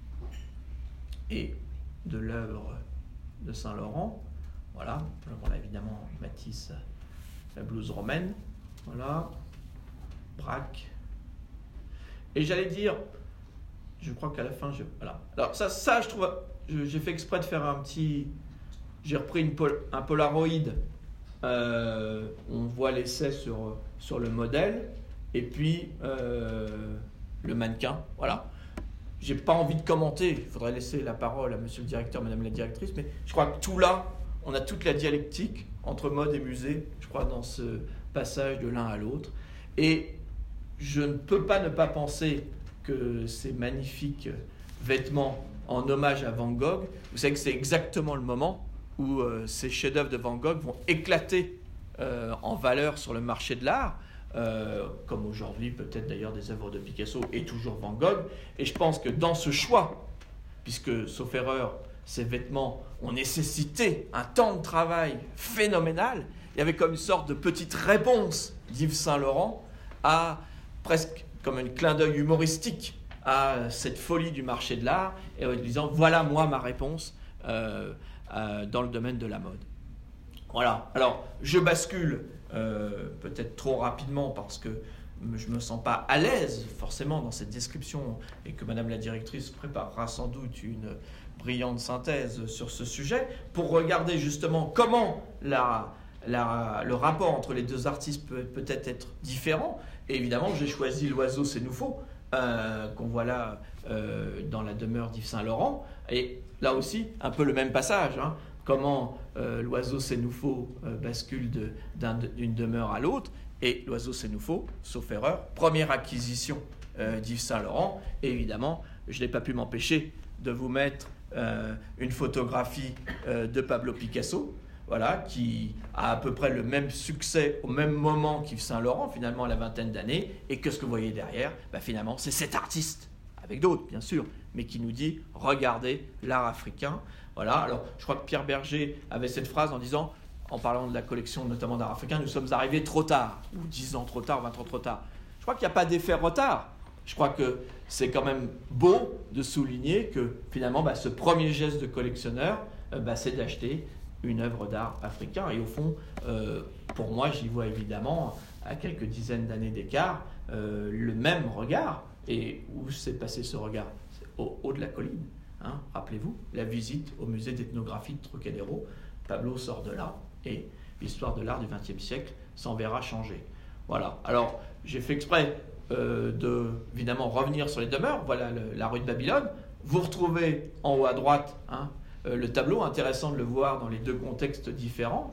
et de l'œuvre de Saint-Laurent. Voilà, évidemment Matisse, la blouse romaine, voilà, Braque. Et j'allais dire, je crois qu'à la fin, voilà. Alors ça je trouve, j'ai fait exprès de faire j'ai repris un Polaroid, on voit l'essai sur le modèle, et puis le mannequin, voilà. J'ai pas envie de commenter, il faudrait laisser la parole à monsieur le directeur, madame la directrice, mais je crois que tout là, on a toute la dialectique entre mode et musée, je crois, dans ce passage de l'un à l'autre. Et je ne peux pas ne pas penser que ces magnifiques vêtements en hommage à Van Gogh, vous savez que c'est exactement le moment où ces chefs-d'œuvre de Van Gogh vont éclater en valeur sur le marché de l'art. Comme aujourd'hui peut-être d'ailleurs des œuvres de Picasso et toujours Van Gogh, et je pense que dans ce choix, puisque sauf erreur ces vêtements ont nécessité un temps de travail phénoménal, il y avait comme une sorte de petite réponse d'Yves Saint-Laurent à presque comme un clin d'œil humoristique à cette folie du marché de l'art, et en disant voilà moi ma réponse dans le domaine de la mode. Voilà, alors je bascule peut-être trop rapidement parce que je ne me sens pas à l'aise forcément dans cette description et que Madame la directrice préparera sans doute une brillante synthèse sur ce sujet pour regarder justement comment le rapport entre les deux artistes peut peut-être être différent. Et évidemment, j'ai choisi L'Oiseau c'est nous faut qu'on voit là dans la demeure d'Yves Saint-Laurent. Et là aussi, un peu le même passage, comment l'oiseau c'est nous faut bascule d'une demeure à l'autre, et l'oiseau c'est nous faut, sauf erreur, première acquisition d'Yves Saint-Laurent. Et évidemment, je n'ai pas pu m'empêcher de vous mettre une photographie de Pablo Picasso, voilà, qui a à peu près le même succès au même moment qu'Yves Saint-Laurent, finalement à la vingtaine d'années, et que ce que vous voyez derrière, finalement, c'est cet artiste, avec d'autres bien sûr, mais qui nous dit « Regardez l'art africain ». Voilà, alors je crois que Pierre Berger avait cette phrase en disant, en parlant de la collection notamment d'art africain, « Nous sommes arrivés trop tard », ou 10 ans trop tard, 20 ans trop tard. Je crois qu'il n'y a pas d'effet retard. Je crois que c'est quand même beau de souligner que finalement, ce premier geste de collectionneur, c'est d'acheter une œuvre d'art africain. Et au fond, pour moi, j'y vois évidemment, à quelques dizaines d'années d'écart, le même regard. Et où s'est passé ce regard? C'est au haut de la colline. Hein. Rappelez-vous, la visite au musée d'ethnographie de Trocadéro. Pablo sort de là et l'histoire de l'art du XXe siècle s'en verra changer. Voilà. Alors, j'ai fait exprès de, évidemment, revenir sur les demeures. Voilà la rue de Babylone. Vous retrouvez en haut à droite le tableau, intéressant de le voir dans les deux contextes différents.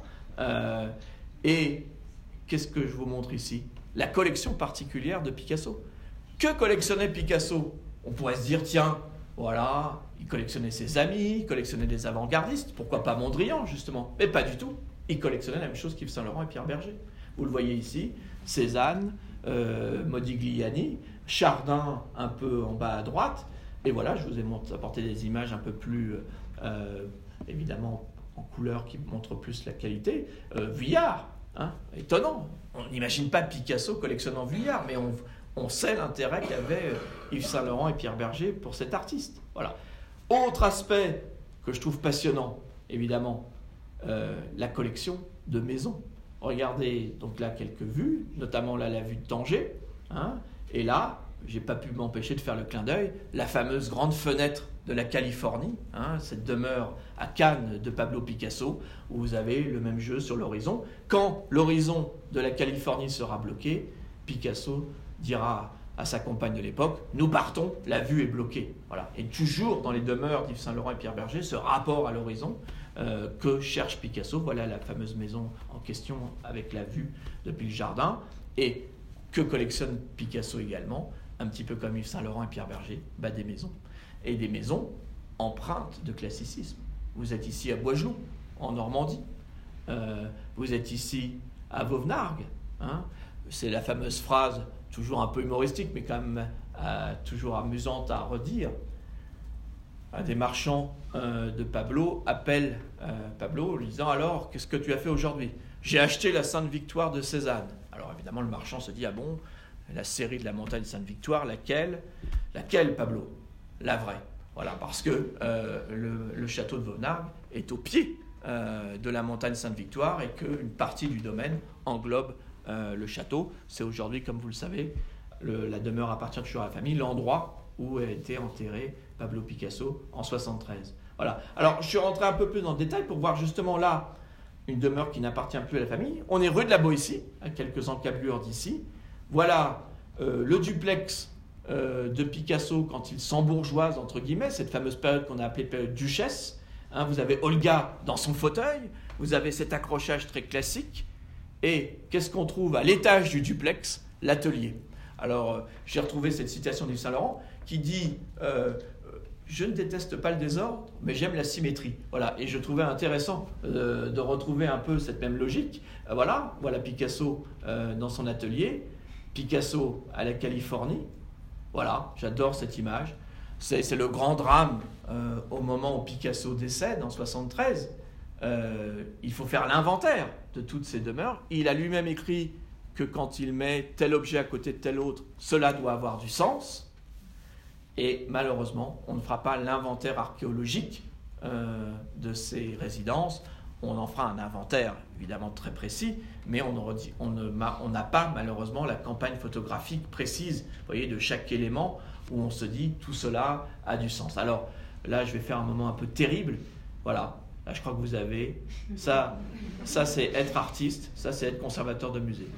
Et qu'est-ce que je vous montre ici? La collection particulière de Picasso. Que collectionnait Picasso? On pourrait se dire, tiens, voilà, il collectionnait ses amis, il collectionnait des avant-gardistes, pourquoi pas Mondrian, justement? Mais pas du tout. Il collectionnait la même chose qu'Yves Saint-Laurent et Pierre Berger. Vous le voyez ici, Cézanne, Modigliani, Chardin un peu en bas à droite. Et voilà, je vous ai apporté des images un peu plus, évidemment, en couleur qui montrent plus la qualité. Vuillard, étonnant. On n'imagine pas Picasso collectionnant Vuillard, mais on sait l'intérêt qu'avaient Yves Saint-Laurent et Pierre Berger pour cet artiste. Voilà. Autre aspect que je trouve passionnant, évidemment, la collection de maisons. Regardez donc là quelques vues, notamment là la vue de Tanger, et là, j'ai pas pu m'empêcher de faire le clin d'œil, la fameuse grande fenêtre de la Californie, cette demeure à Cannes de Pablo Picasso, où vous avez le même jeu sur l'horizon. Quand l'horizon de la Californie sera bloqué, Picasso dira à sa compagne de l'époque, nous partons, la vue est bloquée. Voilà. Et toujours dans les demeures d'Yves Saint-Laurent et Pierre Berger, ce rapport à l'horizon que cherche Picasso. Voilà la fameuse maison en question avec la vue depuis le jardin. Et que collectionne Picasso également, un petit peu comme Yves Saint-Laurent et Pierre Berger, des maisons. Et des maisons empreintes de classicisme. Vous êtes ici à Boisgelou, en Normandie. Vous êtes ici à Vauvenargues. C'est la fameuse phrase, toujours un peu humoristique, mais quand même toujours amusante à redire. Un des marchands de Pablo appelle Pablo en lui disant « Alors, qu'est-ce que tu as fait aujourd'hui ?»« J'ai acheté la Sainte-Victoire de Cézanne. » Alors évidemment, le marchand se dit « Ah bon, la série de la montagne Sainte-Victoire, laquelle Pablo ?» La vraie. Voilà, parce que le château de Vauvenargues est au pied de la montagne Sainte-Victoire et qu'une partie du domaine englobe le château. C'est aujourd'hui, comme vous le savez, la demeure appartient toujours à la famille, l'endroit où a été enterré Pablo Picasso en 1973. Voilà. Alors, je suis rentré un peu plus dans le détail pour voir justement là une demeure qui n'appartient plus à la famille. On est rue de la Boétie, à quelques encablures d'ici. Voilà le duplex de Picasso quand il s'embourgeoise, entre guillemets, cette fameuse période qu'on a appelée période duchesse. Vous avez Olga dans son fauteuil, vous avez cet accrochage très classique, et qu'est-ce qu'on trouve à l'étage du duplex? L'atelier. Alors, j'ai retrouvé cette citation d'Yves Saint-Laurent qui dit je ne déteste pas le désordre, mais j'aime la symétrie. Voilà. Et je trouvais intéressant de retrouver un peu cette même logique. Voilà Picasso dans son atelier, Picasso à la Californie. Voilà, j'adore cette image. C'est le grand drame au moment où Picasso décède en 1973. Il faut faire l'inventaire de toutes ces demeures. Il a lui-même écrit que quand il met tel objet à côté de tel autre, cela doit avoir du sens. Et malheureusement, on ne fera pas l'inventaire archéologique de ces résidences. On en fera un inventaire évidemment très précis, mais on n'a pas malheureusement la campagne photographique précise, vous voyez, de chaque élément où on se dit tout cela a du sens. Alors là, je vais faire un moment un peu terrible. Voilà, là je crois que vous avez ça c'est être artiste, ça c'est être conservateur de musée.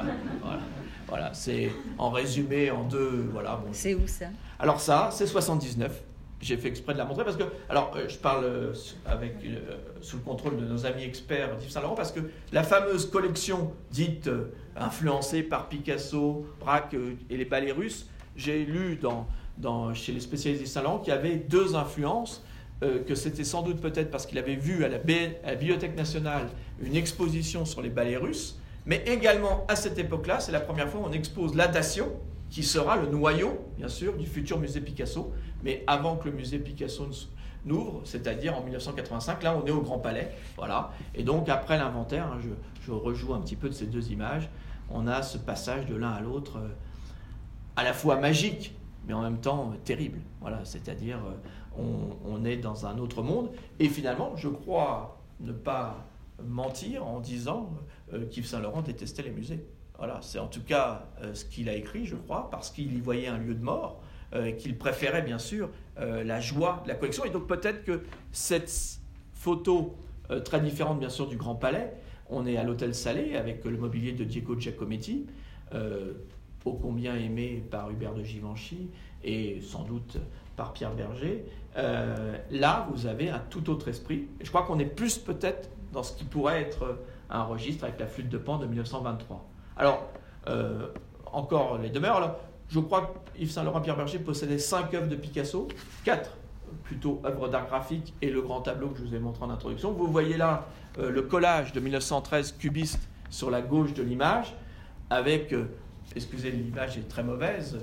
Voilà, c'est en résumé en deux. Voilà. Bon. C'est où ça? Alors ça, c'est 79. J'ai fait exprès de la montrer parce que, alors je parle sous le contrôle de nos amis experts d'Yves Saint-Laurent, parce que la fameuse collection dite influencée par Picasso, Braque et les ballets russes, j'ai lu chez les spécialistes d'Yves Saint-Laurent qu'il y avait deux influences, que c'était sans doute peut-être parce qu'il avait vu à la Bibliothèque nationale une exposition sur les ballets russes, mais également à cette époque-là, c'est la première fois où on expose la Dation, qui sera le noyau, bien sûr, du futur musée Picasso, mais avant que le musée Picasso n'ouvre, c'est-à-dire en 1985, là on est au Grand Palais, voilà. Et donc après l'inventaire, hein, je rejoue un petit peu de ces deux images, on a ce passage de l'un à l'autre à la fois magique, mais en même temps terrible, voilà, c'est-à-dire on est dans un autre monde, et finalement, je crois ne pas mentir en disant qu'Yves Saint-Laurent détestait les musées. Voilà, c'est en tout cas ce qu'il a écrit, je crois, parce qu'il y voyait un lieu de mort, qu'il préférait bien sûr la joie de la collection. Et donc peut-être que cette photo, très différente bien sûr du Grand Palais, on est à l'Hôtel Salé avec le mobilier de Diego Giacometti, ô combien aimé par Hubert de Givenchy et sans doute par Pierre Berger. Là, vous avez un tout autre esprit. Et je crois qu'on est plus peut-être dans ce qui pourrait être un registre avec la flûte de Pan de 1923. Alors, encore les demeures. Alors, je crois qu'Yves Saint-Laurent Pierre Berger possédait 5 œuvres de Picasso, 4 plutôt œuvres d'art graphique et le grand tableau que je vous ai montré en introduction. Vous voyez là le collage de 1913 cubiste sur la gauche de l'image, avec, excusez, l'image est très mauvaise,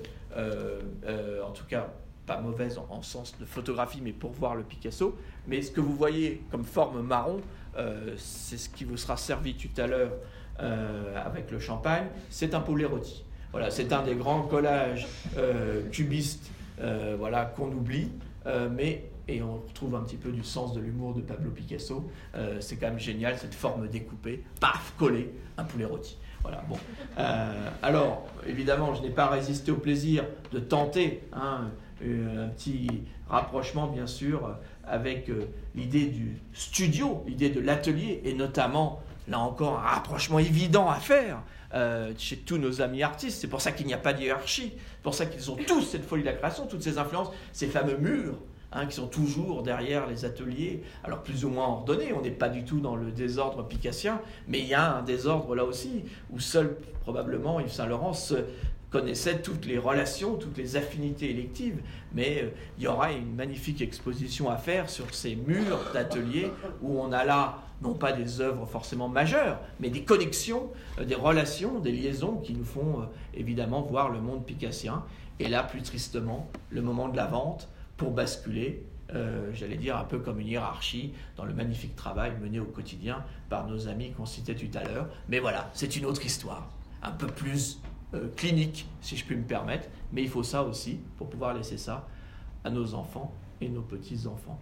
en tout cas pas mauvaise en sens de photographie, mais pour voir le Picasso. Mais ce que vous voyez comme forme marron, c'est ce qui vous sera servi tout à l'heure avec le champagne, c'est un poulet rôti. Voilà, c'est un des grands collages cubistes voilà, qu'on oublie, et on retrouve un petit peu du sens de l'humour de Pablo Picasso. C'est quand même génial, cette forme découpée, paf, collée, un poulet rôti. Voilà, bon. Alors, évidemment, je n'ai pas résisté au plaisir de tenter un petit rapprochement, bien sûr, avec l'idée du studio, l'idée de l'atelier, et notamment, là encore, un rapprochement évident à faire chez tous nos amis artistes. C'est pour ça qu'il n'y a pas de hiérarchie, c'est pour ça qu'ils ont tous cette folie de la création, toutes ces influences, ces fameux murs qui sont toujours derrière les ateliers, alors plus ou moins ordonnés. On n'est pas du tout dans le désordre picassien, mais il y a un désordre là aussi, où seul probablement Yves Saint-Laurent connaissait toutes les relations, toutes les affinités électives, mais il y aura une magnifique exposition à faire sur ces murs d'ateliers où on a là, non pas des œuvres forcément majeures, mais des connexions, des relations, des liaisons qui nous font évidemment voir le monde picassien. Et là, plus tristement, le moment de la vente pour basculer, j'allais dire un peu comme une hiérarchie dans le magnifique travail mené au quotidien par nos amis qu'on citait tout à l'heure. Mais voilà, c'est une autre histoire, un peu plus clinique, si je puis me permettre, mais il faut ça aussi pour pouvoir laisser ça à nos enfants et nos petits-enfants.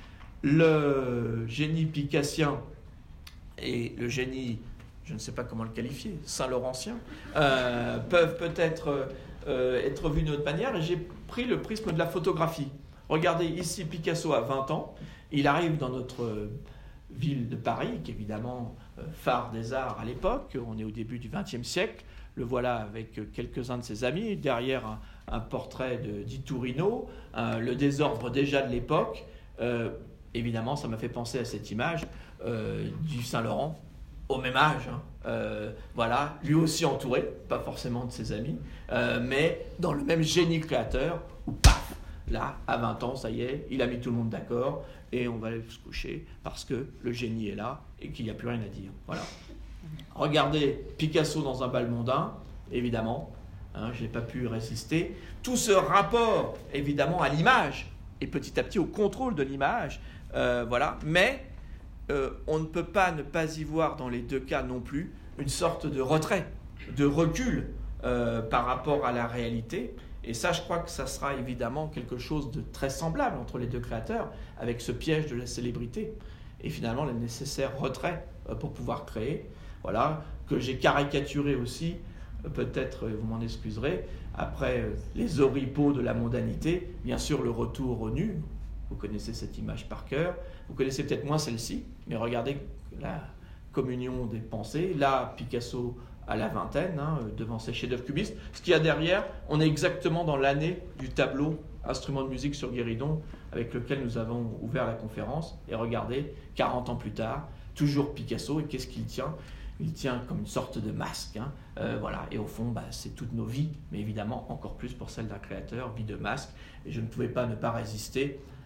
Le génie picassien et le génie, je ne sais pas comment le qualifier, saint-laurentien, peuvent peut-être être vus d'une autre manière, et j'ai pris le prisme de la photographie. Regardez, ici Picasso a 20 ans, il arrive dans notre ville de Paris, qui est évidemment phare des arts à l'époque, on est au début du XXe siècle, le voilà avec quelques-uns de ses amis, derrière un portrait d'Iturino, le désordre déjà de l'époque. Évidemment, ça m'a fait penser à cette image du Saint-Laurent, au même âge, voilà, lui aussi entouré, pas forcément de ses amis, mais dans le même génie créateur, où paf, là, à 20 ans, ça y est, il a mis tout le monde d'accord, et on va aller se coucher, parce que le génie est là, et qu'il n'y a plus rien à dire, voilà. Regardez Picasso dans un bal mondain, évidemment, je n'ai pas pu résister. Tout ce rapport, évidemment, à l'image, et petit à petit au contrôle de l'image, voilà. Mais on ne peut pas ne pas y voir dans les deux cas non plus une sorte de retrait, de recul par rapport à la réalité. Et ça, je crois que ça sera évidemment quelque chose de très semblable entre les deux créateurs, avec ce piège de la célébrité, et finalement le nécessaire retrait pour pouvoir créer. Voilà, que j'ai caricaturé aussi, peut-être vous m'en excuserez, après les oripeaux de la mondanité, bien sûr le retour au nu, vous connaissez cette image par cœur, vous connaissez peut-être moins celle-ci, mais regardez la communion des pensées, là Picasso à la vingtaine, devant ses chefs-d'œuvre cubistes, ce qu'il y a derrière, on est exactement dans l'année du tableau instrument de musique sur Guéridon, avec lequel nous avons ouvert la conférence, et regardez, 40 ans plus tard, toujours Picasso, et qu'est-ce qu'il tient ? Il tient comme une sorte de masque, voilà. Et au fond, c'est toutes nos vies, mais évidemment encore plus pour celle d'un créateur, vie de masque. Et je ne pouvais pas ne pas résister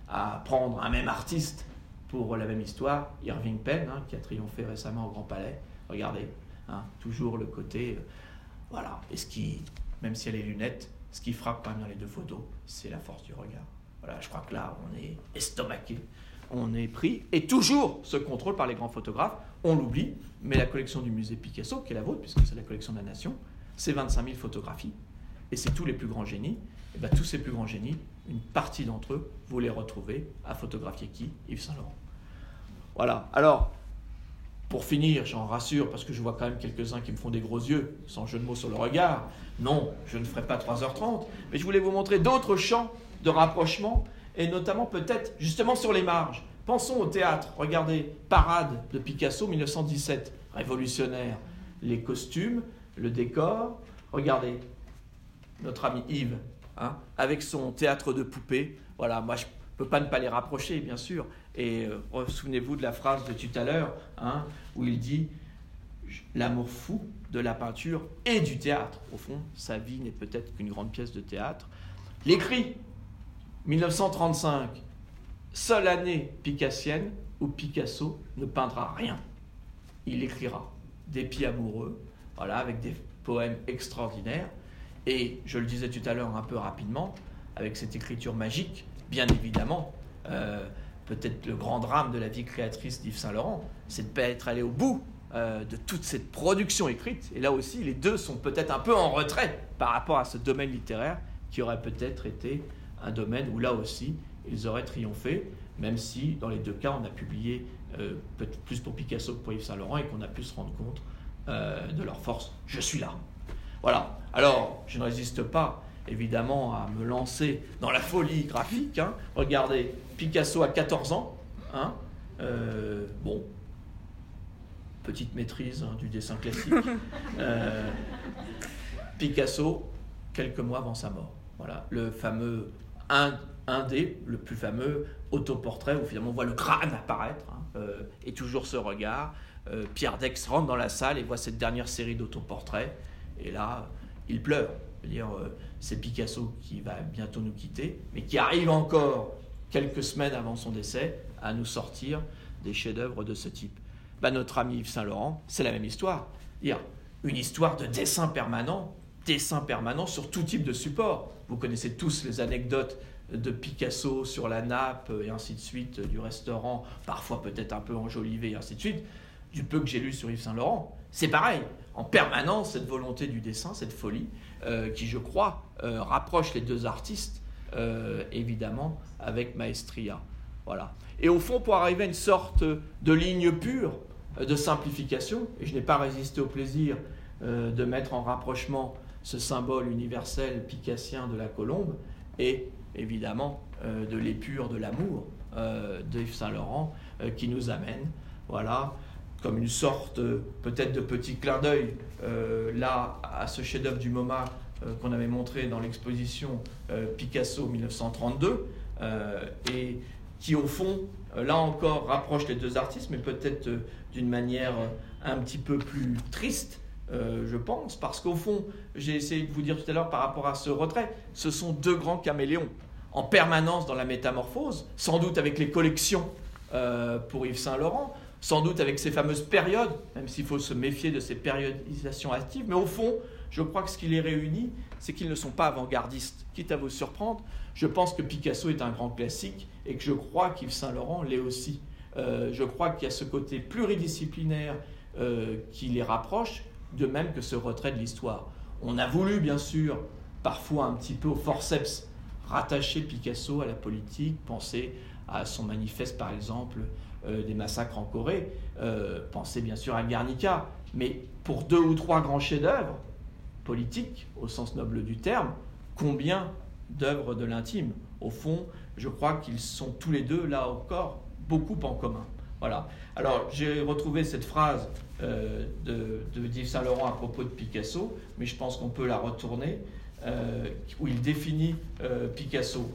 à prendre un même artiste pour la même histoire. Irving Penn, qui a triomphé récemment au Grand Palais. Regardez, toujours le côté... voilà. Et même si elle a les lunettes, ce qui frappe quand même dans les deux photos, c'est la force du regard. Voilà, je crois que là, on est estomaqué, on est pris. Et toujours ce contrôle par les grands photographes, on l'oublie, mais la collection du musée Picasso, qui est la vôtre, puisque c'est la collection de la Nation, c'est 25 000 photographies. Et c'est tous les plus grands génies. Et bien, tous ces plus grands génies, une partie d'entre eux, vous les retrouvez à photographier qui? Yves Saint Laurent. Voilà. Alors, pour finir, j'en rassure, parce que je vois quand même quelques-uns qui me font des gros yeux, sans jeu de mots sur le regard. Non, je ne ferai pas 3h30, mais je voulais vous montrer d'autres champs de rapprochement, et notamment peut-être justement sur les marges. Pensons au théâtre. Regardez, Parade de Picasso, 1917, révolutionnaire. Les costumes, le décor. Regardez, notre ami Yves, avec son théâtre de poupées. Voilà, moi je ne peux pas ne pas les rapprocher, bien sûr. Et souvenez-vous de la phrase de tout à l'heure, où il dit « L'amour fou de la peinture et du théâtre ». Au fond, sa vie n'est peut-être qu'une grande pièce de théâtre. L'écrit, 1935, seule année picassienne où Picasso ne peindra rien. Il écrira des pieds amoureux, voilà, avec des poèmes extraordinaires. Et je le disais tout à l'heure un peu rapidement, avec cette écriture magique, bien évidemment, peut-être le grand drame de la vie créatrice d'Yves Saint Laurent, c'est de ne pas être allé au bout de toute cette production écrite. Et là aussi, les deux sont peut-être un peu en retrait par rapport à ce domaine littéraire qui aurait peut-être été un domaine où là aussi, ils auraient triomphé, même si dans les deux cas, on a publié peut-être plus pour Picasso que pour Yves Saint Laurent et qu'on a pu se rendre compte de leur force. Je suis là. Voilà. Alors, je ne résiste pas, évidemment, à me lancer dans la folie graphique. Regardez, Picasso a 14 ans. Bon, petite maîtrise du dessin classique. Picasso, quelques mois avant sa mort. Voilà, le fameux le plus fameux autoportrait où finalement on voit le crâne apparaître, et toujours ce regard. Pierre Dex rentre dans la salle et voit cette dernière série d'autoportraits. Et là, il pleure. C'est Picasso qui va bientôt nous quitter, mais qui arrive encore, quelques semaines avant son décès, à nous sortir des chefs-d'œuvre de ce type. Notre ami Yves Saint Laurent, c'est la même histoire. Une histoire de dessin permanent sur tout type de support. Vous connaissez tous les anecdotes de Picasso sur la nappe, et ainsi de suite, du restaurant, parfois peut-être un peu enjolivé, et ainsi de suite. Du peu que j'ai lu sur Yves Saint Laurent, c'est pareil. En permanence, cette volonté du dessin, cette folie, qui, je crois, rapproche les deux artistes, évidemment, avec maestria. Voilà. Et au fond, pour arriver à une sorte de ligne pure, de simplification, et je n'ai pas résisté au plaisir de mettre en rapprochement ce symbole universel picassien de la colombe, et évidemment de l'épure de l'amour d'Yves Saint Laurent, qui nous amène, voilà, comme une sorte peut-être de petit clin d'œil là à ce chef-d'œuvre du MoMA qu'on avait montré dans l'exposition Picasso 1932, et qui au fond là encore rapproche les deux artistes, mais peut-être d'une manière un petit peu plus triste, je pense, parce qu'au fond, j'ai essayé de vous dire tout à l'heure par rapport à ce retrait, ce sont deux grands caméléons en permanence dans la métamorphose, sans doute avec les collections pour Yves Saint Laurent, sans doute avec ces fameuses périodes, même s'il faut se méfier de ces périodisations actives, mais au fond, je crois que ce qui les réunit, c'est qu'ils ne sont pas avant-gardistes. Quitte à vous surprendre, je pense que Picasso est un grand classique et que je crois qu'Yves Saint Laurent l'est aussi. Je crois qu'il y a ce côté pluridisciplinaire qui les rapproche, de même que ce retrait de l'histoire. On a voulu, bien sûr, parfois un petit peu au forceps, rattacher Picasso à la politique, penser à son manifeste, par exemple, des massacres en Corée, pensez bien sûr à Guernica, mais pour deux ou trois grands chefs-d'œuvre politiques, au sens noble du terme, combien d'œuvres de l'intime? Au fond, je crois qu'ils sont tous les deux, là encore, beaucoup en commun. Voilà. Alors, j'ai retrouvé cette phrase d'Yves Saint Laurent à propos de Picasso, mais je pense qu'on peut la retourner, où il définit Picasso.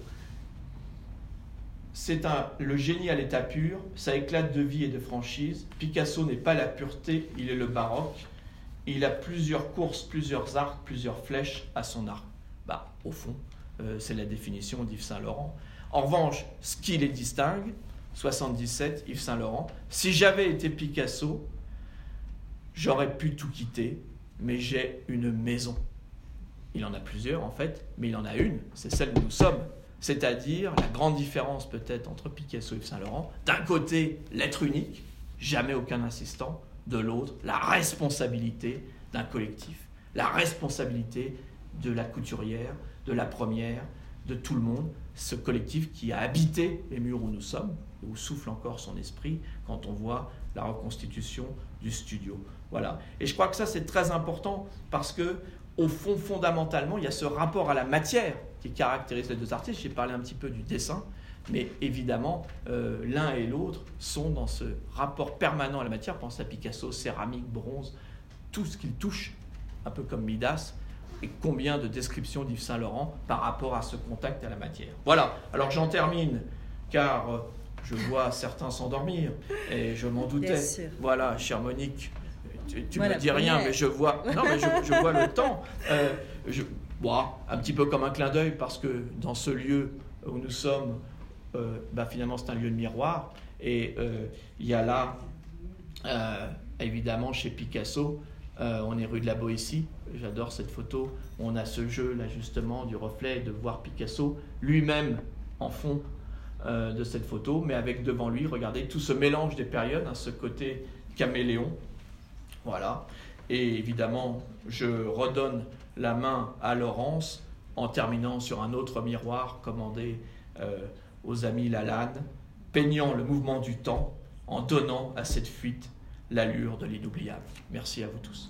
C'est le génie à l'état pur, ça éclate de vie et de franchise. Picasso n'est pas la pureté, il est le baroque. Il a plusieurs courses, plusieurs arcs, plusieurs flèches à son arc. Au fond, c'est la définition d'Yves Saint Laurent. En revanche, ce qui les distingue, 77, Yves Saint Laurent. Si j'avais été Picasso, j'aurais pu tout quitter, mais j'ai une maison. Il en a plusieurs en fait, mais il en a une, c'est celle où nous sommes. C'est-à-dire la grande différence peut-être entre Picasso et Yves Saint Laurent. D'un côté, l'être unique, jamais aucun assistant. De l'autre, la responsabilité d'un collectif, la responsabilité de la couturière, de la première, de tout le monde. Ce collectif qui a habité les murs où nous sommes, et où souffle encore son esprit quand on voit la reconstitution du studio. Voilà. Et je crois que ça, c'est très important parce que, au fond, fondamentalement, il y a ce rapport à la matière qui caractérise les deux artistes. J'ai parlé un petit peu du dessin, mais évidemment, l'un et l'autre sont dans ce rapport permanent à la matière. Pensez à Picasso, céramique, bronze, tout ce qu'il touche, un peu comme Midas. Et combien de descriptions d'Yves Saint Laurent par rapport à ce contact à la matière. Voilà, alors j'en termine, car je vois certains s'endormir, et je m'en doutais. Voilà, chère Monique, tu ne me dis rien, mais je vois, non, mais je vois le temps. Un petit peu comme un clin d'œil, parce que dans ce lieu où nous sommes, finalement c'est un lieu de miroir, et il y a là, évidemment chez Picasso, on est rue de la Boétie, j'adore cette photo, on a ce jeu là justement du reflet, de voir Picasso lui-même en fond de cette photo, mais avec devant lui, regardez, tout ce mélange des périodes, ce côté caméléon, voilà, et évidemment je redonne la main à Laurence en terminant sur un autre miroir commandé aux amis Lalanne, peignant le mouvement du temps en donnant à cette fuite l'allure de l'inoubliable. Merci à vous tous.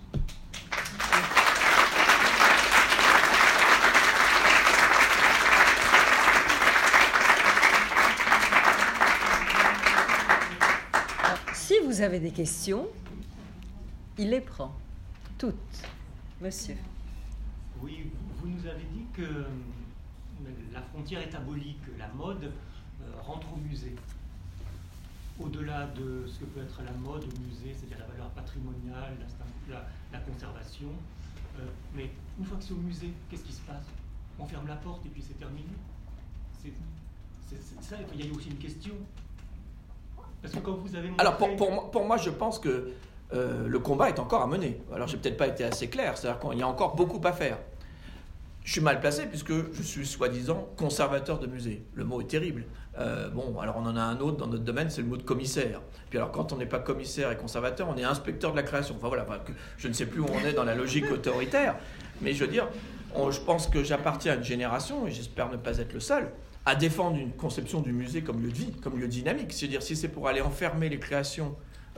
Si vous avez des questions, il les prend. Toutes. Monsieur. Oui, vous nous avez dit que la frontière est abolie, que la mode rentre au musée. Au-delà de ce que peut être la mode au musée, c'est-à-dire la valeur patrimoniale, la conservation. Mais une fois que c'est au musée, qu'est-ce qui se passe? On ferme la porte et puis c'est terminé. C'est ça, il y a aussi une question. Parce que quand vous avez montré... Alors pour moi, je pense que le combat est encore à mener. Alors j'ai peut-être pas été assez clair, c'est-à-dire qu'il y a encore beaucoup à faire. Je suis mal placé puisque je suis soi-disant conservateur de musée. Le mot est terrible. Alors on en a un autre dans notre domaine, c'est le mot de commissaire. Puis alors quand on n'est pas commissaire et conservateur, on est inspecteur de la création. Enfin voilà, je ne sais plus où on est dans la logique autoritaire, mais je veux dire, je pense que j'appartiens à une génération, et j'espère ne pas être le seul, à défendre une conception du musée comme lieu de vie, comme lieu dynamique. C'est-à-dire si c'est pour aller enfermer les créations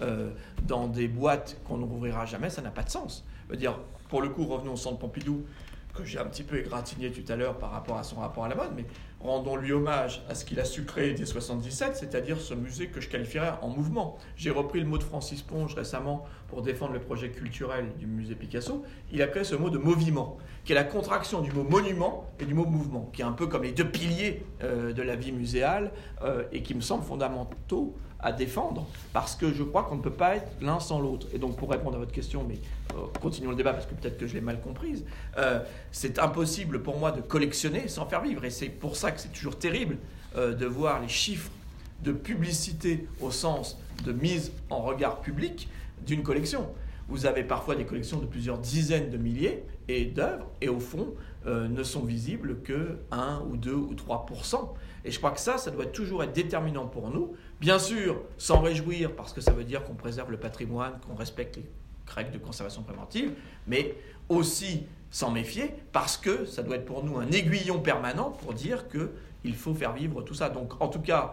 dans des boîtes qu'on ne rouvrira jamais, ça n'a pas de sens. Je veux dire, pour le coup, revenons au Centre Pompidou, que j'ai un petit peu égratigné tout à l'heure par rapport à son rapport à la mode, mais rendons-lui hommage à ce qu'il a su créer dès 77, c'est-à-dire ce musée que je qualifierais en mouvement. J'ai repris le mot de Francis Ponge récemment pour défendre le projet culturel du musée Picasso. Il a créé ce mot de moviment, qui est la contraction du mot monument et du mot mouvement, qui est un peu comme les deux piliers de la vie muséale et qui me semblent fondamentaux à défendre, parce que je crois qu'on ne peut pas être l'un sans l'autre. Et donc pour répondre à votre question, mais continuons le débat parce que peut-être que je l'ai mal comprise, c'est impossible pour moi de collectionner sans faire vivre, et c'est pour ça que c'est toujours terrible de voir les chiffres de publicité au sens de mise en regard public d'une collection. Vous avez parfois des collections de plusieurs dizaines de milliers d'œuvres, et au fond ne sont visibles que 1 ou 2 ou 3%. Et je crois que ça doit toujours être déterminant pour nous. Bien sûr, s'en réjouir, parce que ça veut dire qu'on préserve le patrimoine, qu'on respecte les règles de conservation préventive, mais aussi s'en méfier, parce que ça doit être pour nous un aiguillon permanent pour dire qu'il faut faire vivre tout ça. Donc en tout cas,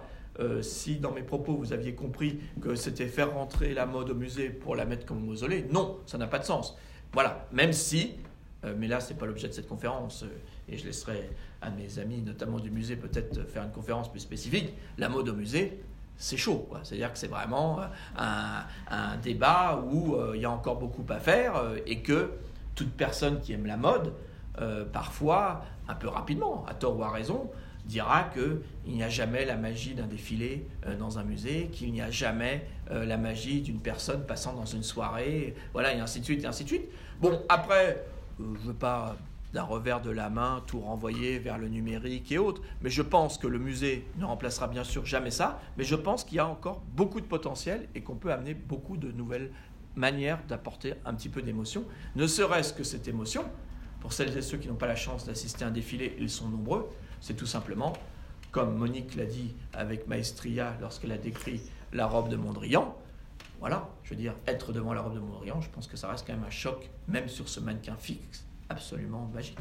si dans mes propos vous aviez compris que c'était faire rentrer la mode au musée pour la mettre comme mausolée, non, ça n'a pas de sens. Voilà, même si, mais là c'est pas l'objet de cette conférence, et je laisserai à mes amis, notamment du musée, peut-être faire une conférence plus spécifique, la mode au musée, c'est chaud, quoi. C'est-à-dire que c'est vraiment un débat où il y a encore beaucoup à faire et que toute personne qui aime la mode, parfois, un peu rapidement, à tort ou à raison, dira qu'il n'y a jamais la magie d'un défilé dans un musée, qu'il n'y a jamais la magie d'une personne passant dans une soirée, voilà, et ainsi de suite, et ainsi de suite. Bon, après, je ne veux pas d'un revers de la main tout renvoyer vers le numérique et autres. Mais je pense que le musée ne remplacera bien sûr jamais ça, mais je pense qu'il y a encore beaucoup de potentiel et qu'on peut amener beaucoup de nouvelles manières d'apporter un petit peu d'émotion, ne serait-ce que cette émotion. Pour celles et ceux qui n'ont pas la chance d'assister à un défilé, ils sont nombreux, c'est tout simplement, comme Monique l'a dit avec maestria lorsqu'elle a décrit la robe de Mondrian, voilà, je veux dire, être devant la robe de Mondrian, je pense que ça reste quand même un choc, même sur ce mannequin fixe, absolument magique.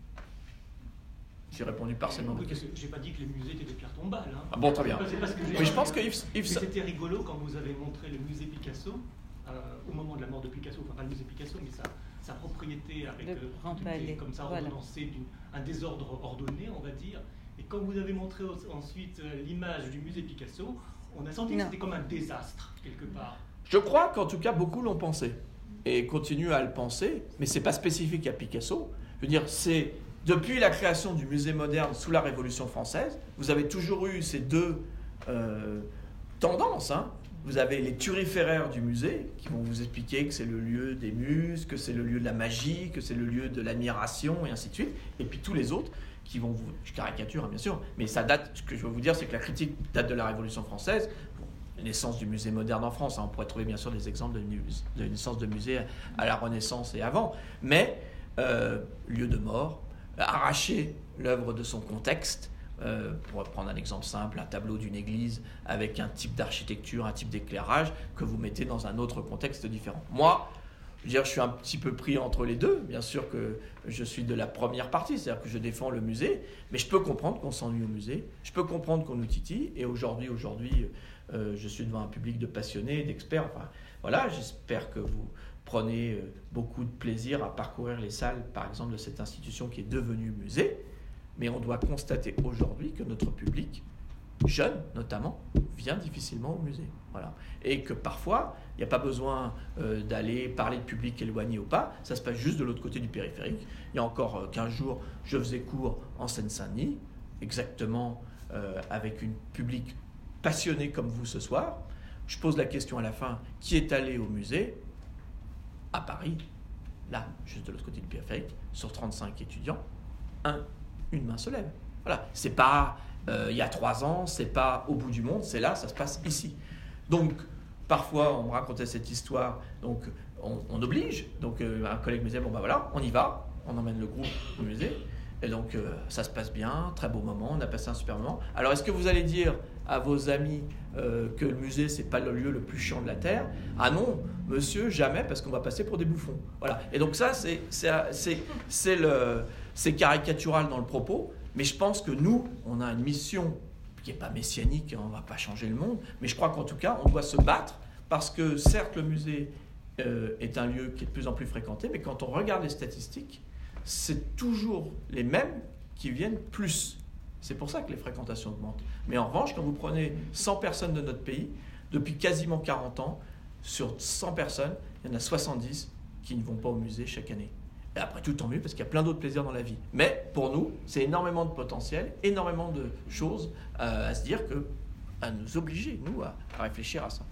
J'ai répondu partiellement à votre question. Je n'ai pas dit que les musées étaient des pierres tombales. Hein. Ah bon, très bien. C'est pas ce que j'ai Mais dit. je pense que Yves... C'était rigolo quand vous avez montré le musée Picasso, au moment de la mort de Picasso, enfin pas le musée Picasso, mais sa propriété avec le grand palais, comme ça voilà. ordonnancé d'un désordre ordonné, on va dire. Et quand vous avez montré ensuite l'image du musée Picasso, on a senti que c'était comme un désastre, quelque part. Je crois qu'en tout cas, beaucoup l'ont pensé et continuent à le penser, mais ce n'est pas spécifique à Picasso. Je veux dire, c'est depuis la création du musée moderne sous la Révolution française, vous avez toujours eu ces deux tendances. Hein. Vous avez les turiféraires du musée qui vont vous expliquer que c'est le lieu des muses, que c'est le lieu de la magie, que c'est le lieu de l'admiration et ainsi de suite. Et puis tous les autres qui vont vous... Je caricature, hein, bien sûr, mais ça date... Ce que je veux vous dire, c'est que la critique date de la Révolution française. La naissance du musée moderne en France, hein, on pourrait trouver bien sûr des exemples de naissance de musées à la Renaissance et avant. Mais lieu de mort, arracher l'œuvre de son contexte, pour prendre un exemple simple, un tableau d'une église avec un type d'architecture, un type d'éclairage que vous mettez dans un autre contexte différent. Moi, je veux dire, je suis un petit peu pris entre les deux. Bien sûr que je suis de la première partie, c'est-à-dire que je défends le musée, mais je peux comprendre qu'on s'ennuie au musée, je peux comprendre qu'on nous titille, et aujourd'hui, je suis devant un public de passionnés, d'experts. Enfin, voilà, j'espère que vous prenez beaucoup de plaisir à parcourir les salles, par exemple, de cette institution qui est devenue musée. Mais on doit constater aujourd'hui que notre public, jeune notamment, vient difficilement au musée. Voilà. Et que parfois, il n'y a pas besoin d'aller parler de public éloigné ou pas, ça se passe juste de l'autre côté du périphérique. Il y a encore 15 jours, je faisais cours en Seine-Saint-Denis, exactement avec un public passionné comme vous ce soir. Je pose la question à la fin, qui est allé au musée à Paris, là, juste de l'autre côté du périphérique, sur 35 étudiants, une main se lève. Voilà, c'est pas il y a 3 ans, c'est pas au bout du monde, c'est là, ça se passe ici. Donc, parfois, on me racontait cette histoire, donc on oblige. Donc, un collègue me disait, bon ben voilà, on y va, on emmène le groupe au musée, et donc ça se passe bien, très beau moment, on a passé un super moment. Alors, est-ce que vous allez dire à vos amis que le musée, c'est pas le lieu le plus chiant de la Terre? Ah non, monsieur, jamais, parce qu'on va passer pour des bouffons. Voilà. Et donc ça, c'est caricatural dans le propos, mais je pense que nous, on a une mission qui n'est pas messianique, on ne va pas changer le monde, mais je crois qu'en tout cas, on doit se battre, parce que certes, le musée est un lieu qui est de plus en plus fréquenté, mais quand on regarde les statistiques, c'est toujours les mêmes qui viennent plus. C'est pour ça que les fréquentations augmentent. Mais en revanche, quand vous prenez 100 personnes de notre pays, depuis quasiment 40 ans, sur 100 personnes, il y en a 70 qui ne vont pas au musée chaque année. Et après tout, tant mieux, parce qu'il y a plein d'autres plaisirs dans la vie. Mais pour nous, c'est énormément de potentiel, énormément de choses à se dire, à nous obliger, nous, à réfléchir à ça.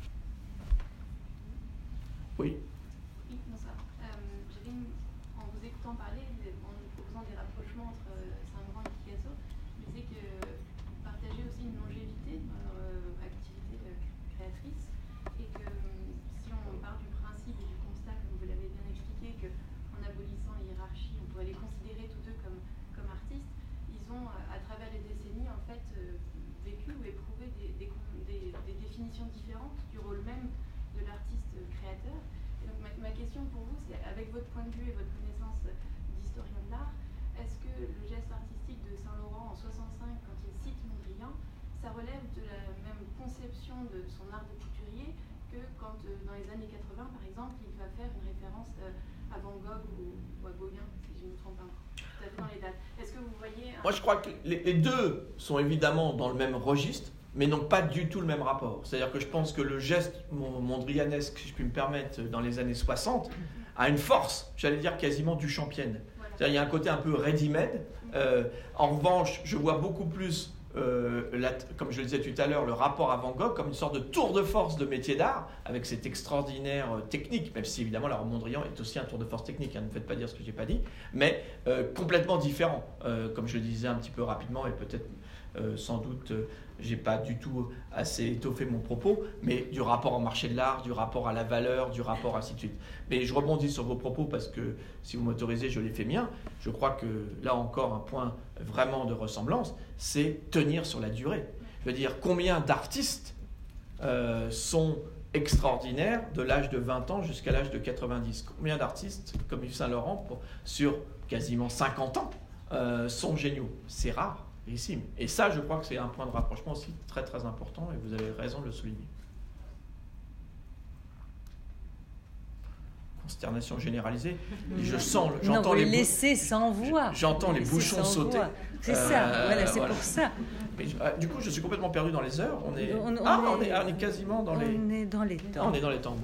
Oui. Oui, bonsoir. En vous écoutant parler, en proposant des rapprochements entre Saint-Laurent et Picasso, je sais que vous partagez aussi une longévité dans leur activité créatrice, et que si on part du principe et du constat, comme vous l'avez bien expliqué, qu'en abolissant les hiérarchies, on pourrait les considérer tous deux comme artistes, ils ont, à travers les décennies, en fait, vécu ou éprouvé des définitions différentes du rôle même de l'artiste créateur. Et donc ma question pour vous, c'est, avec votre point de vue et votre connaissance d'historien de l'art, est-ce que le geste artistique de Saint-Laurent en 65, quand il cite Mondrian, ça relève de la même conception de son art de couturier que quand, dans les années 80, par exemple, il va faire une référence à Van Gogh ou à Gauguin, si je ne me trompe pas, tout à fait dans les dates. Est-ce que vous voyez... Moi, je crois que les deux sont évidemment dans le même registre, mais n'ont pas du tout le même rapport. C'est-à-dire que je pense que le geste mondrianesque, si je puis me permettre, dans les années 60, a une force, j'allais dire quasiment duchampienne. Voilà. C'est-à-dire qu'il y a un côté un peu ready-made. En revanche, je vois beaucoup plus comme je le disais tout à l'heure, le rapport à Van Gogh comme une sorte de tour de force de métier d'art, avec cette extraordinaire technique, même si évidemment la Mondrian est aussi un tour de force technique, hein, ne me faites pas dire ce que je n'ai pas dit, mais complètement différent, comme je le disais un petit peu rapidement, et peut-être sans doute j'ai pas du tout assez étoffé mon propos, mais du rapport au marché de l'art, du rapport à la valeur, du rapport ainsi de suite. Mais je rebondis sur vos propos parce que, si vous m'autorisez, je les fais miens. Je crois que là encore, un point vraiment de ressemblance, c'est tenir sur la durée. Je veux dire, combien d'artistes sont extraordinaires de l'âge de 20 ans jusqu'à l'âge de 90 ? Combien d'artistes, comme Yves Saint Laurent, sur quasiment 50 ans, sont géniaux ? C'est rare. Et ça, je crois que c'est un point de rapprochement aussi très très important, et vous avez raison de le souligner. Consternation généralisée. Et j'entends les laisser sans voix. J'entends les bouchons sauter. C'est ça, voilà, c'est pour ça. Mais, du coup, je suis complètement perdu dans les heures. On est quasiment dans les. On est dans les temps. On est dans les temps. Bon.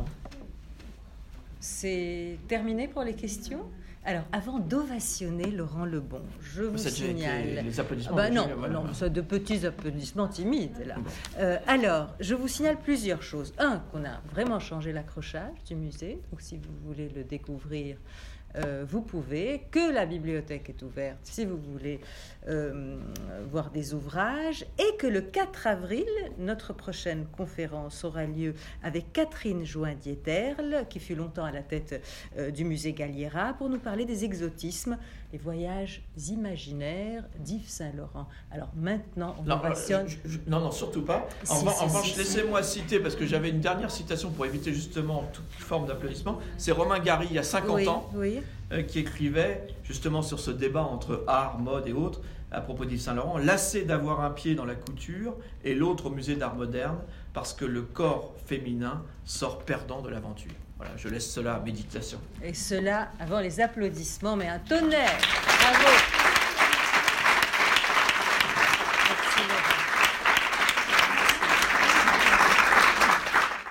C'est terminé pour les questions. Alors, avant d'ovationner Laurent Lebon, je vous signale... Les applaudissements. Non, c'est de petits applaudissements timides, là. Alors, je vous signale plusieurs choses. Un, qu'on a vraiment changé l'accrochage du musée. Donc, si vous voulez le découvrir, vous pouvez. Que la bibliothèque est ouverte, si vous voulez voir des ouvrages. Et que le 4 avril, notre prochaine conférence aura lieu avec Catherine Join-Dieterle, qui fut longtemps à la tête du musée Galliera, pour nous parler des exotismes, les voyages imaginaires d'Yves Saint Laurent. Alors maintenant, on ovationne... Non, surtout pas. En revanche, laissez-moi citer, parce que j'avais une dernière citation pour éviter justement toute forme d'applaudissement. C'est Romain Gary, il y a 50 ans, qui écrivait justement sur ce débat entre art, mode et autres, à propos d'Yves Saint Laurent, lassé d'avoir un pied dans la couture et l'autre au musée d'art moderne, parce que le corps féminin sort perdant de l'aventure. Voilà, je laisse cela à méditation. Et cela avant les applaudissements, mais un tonnerre. Bravo.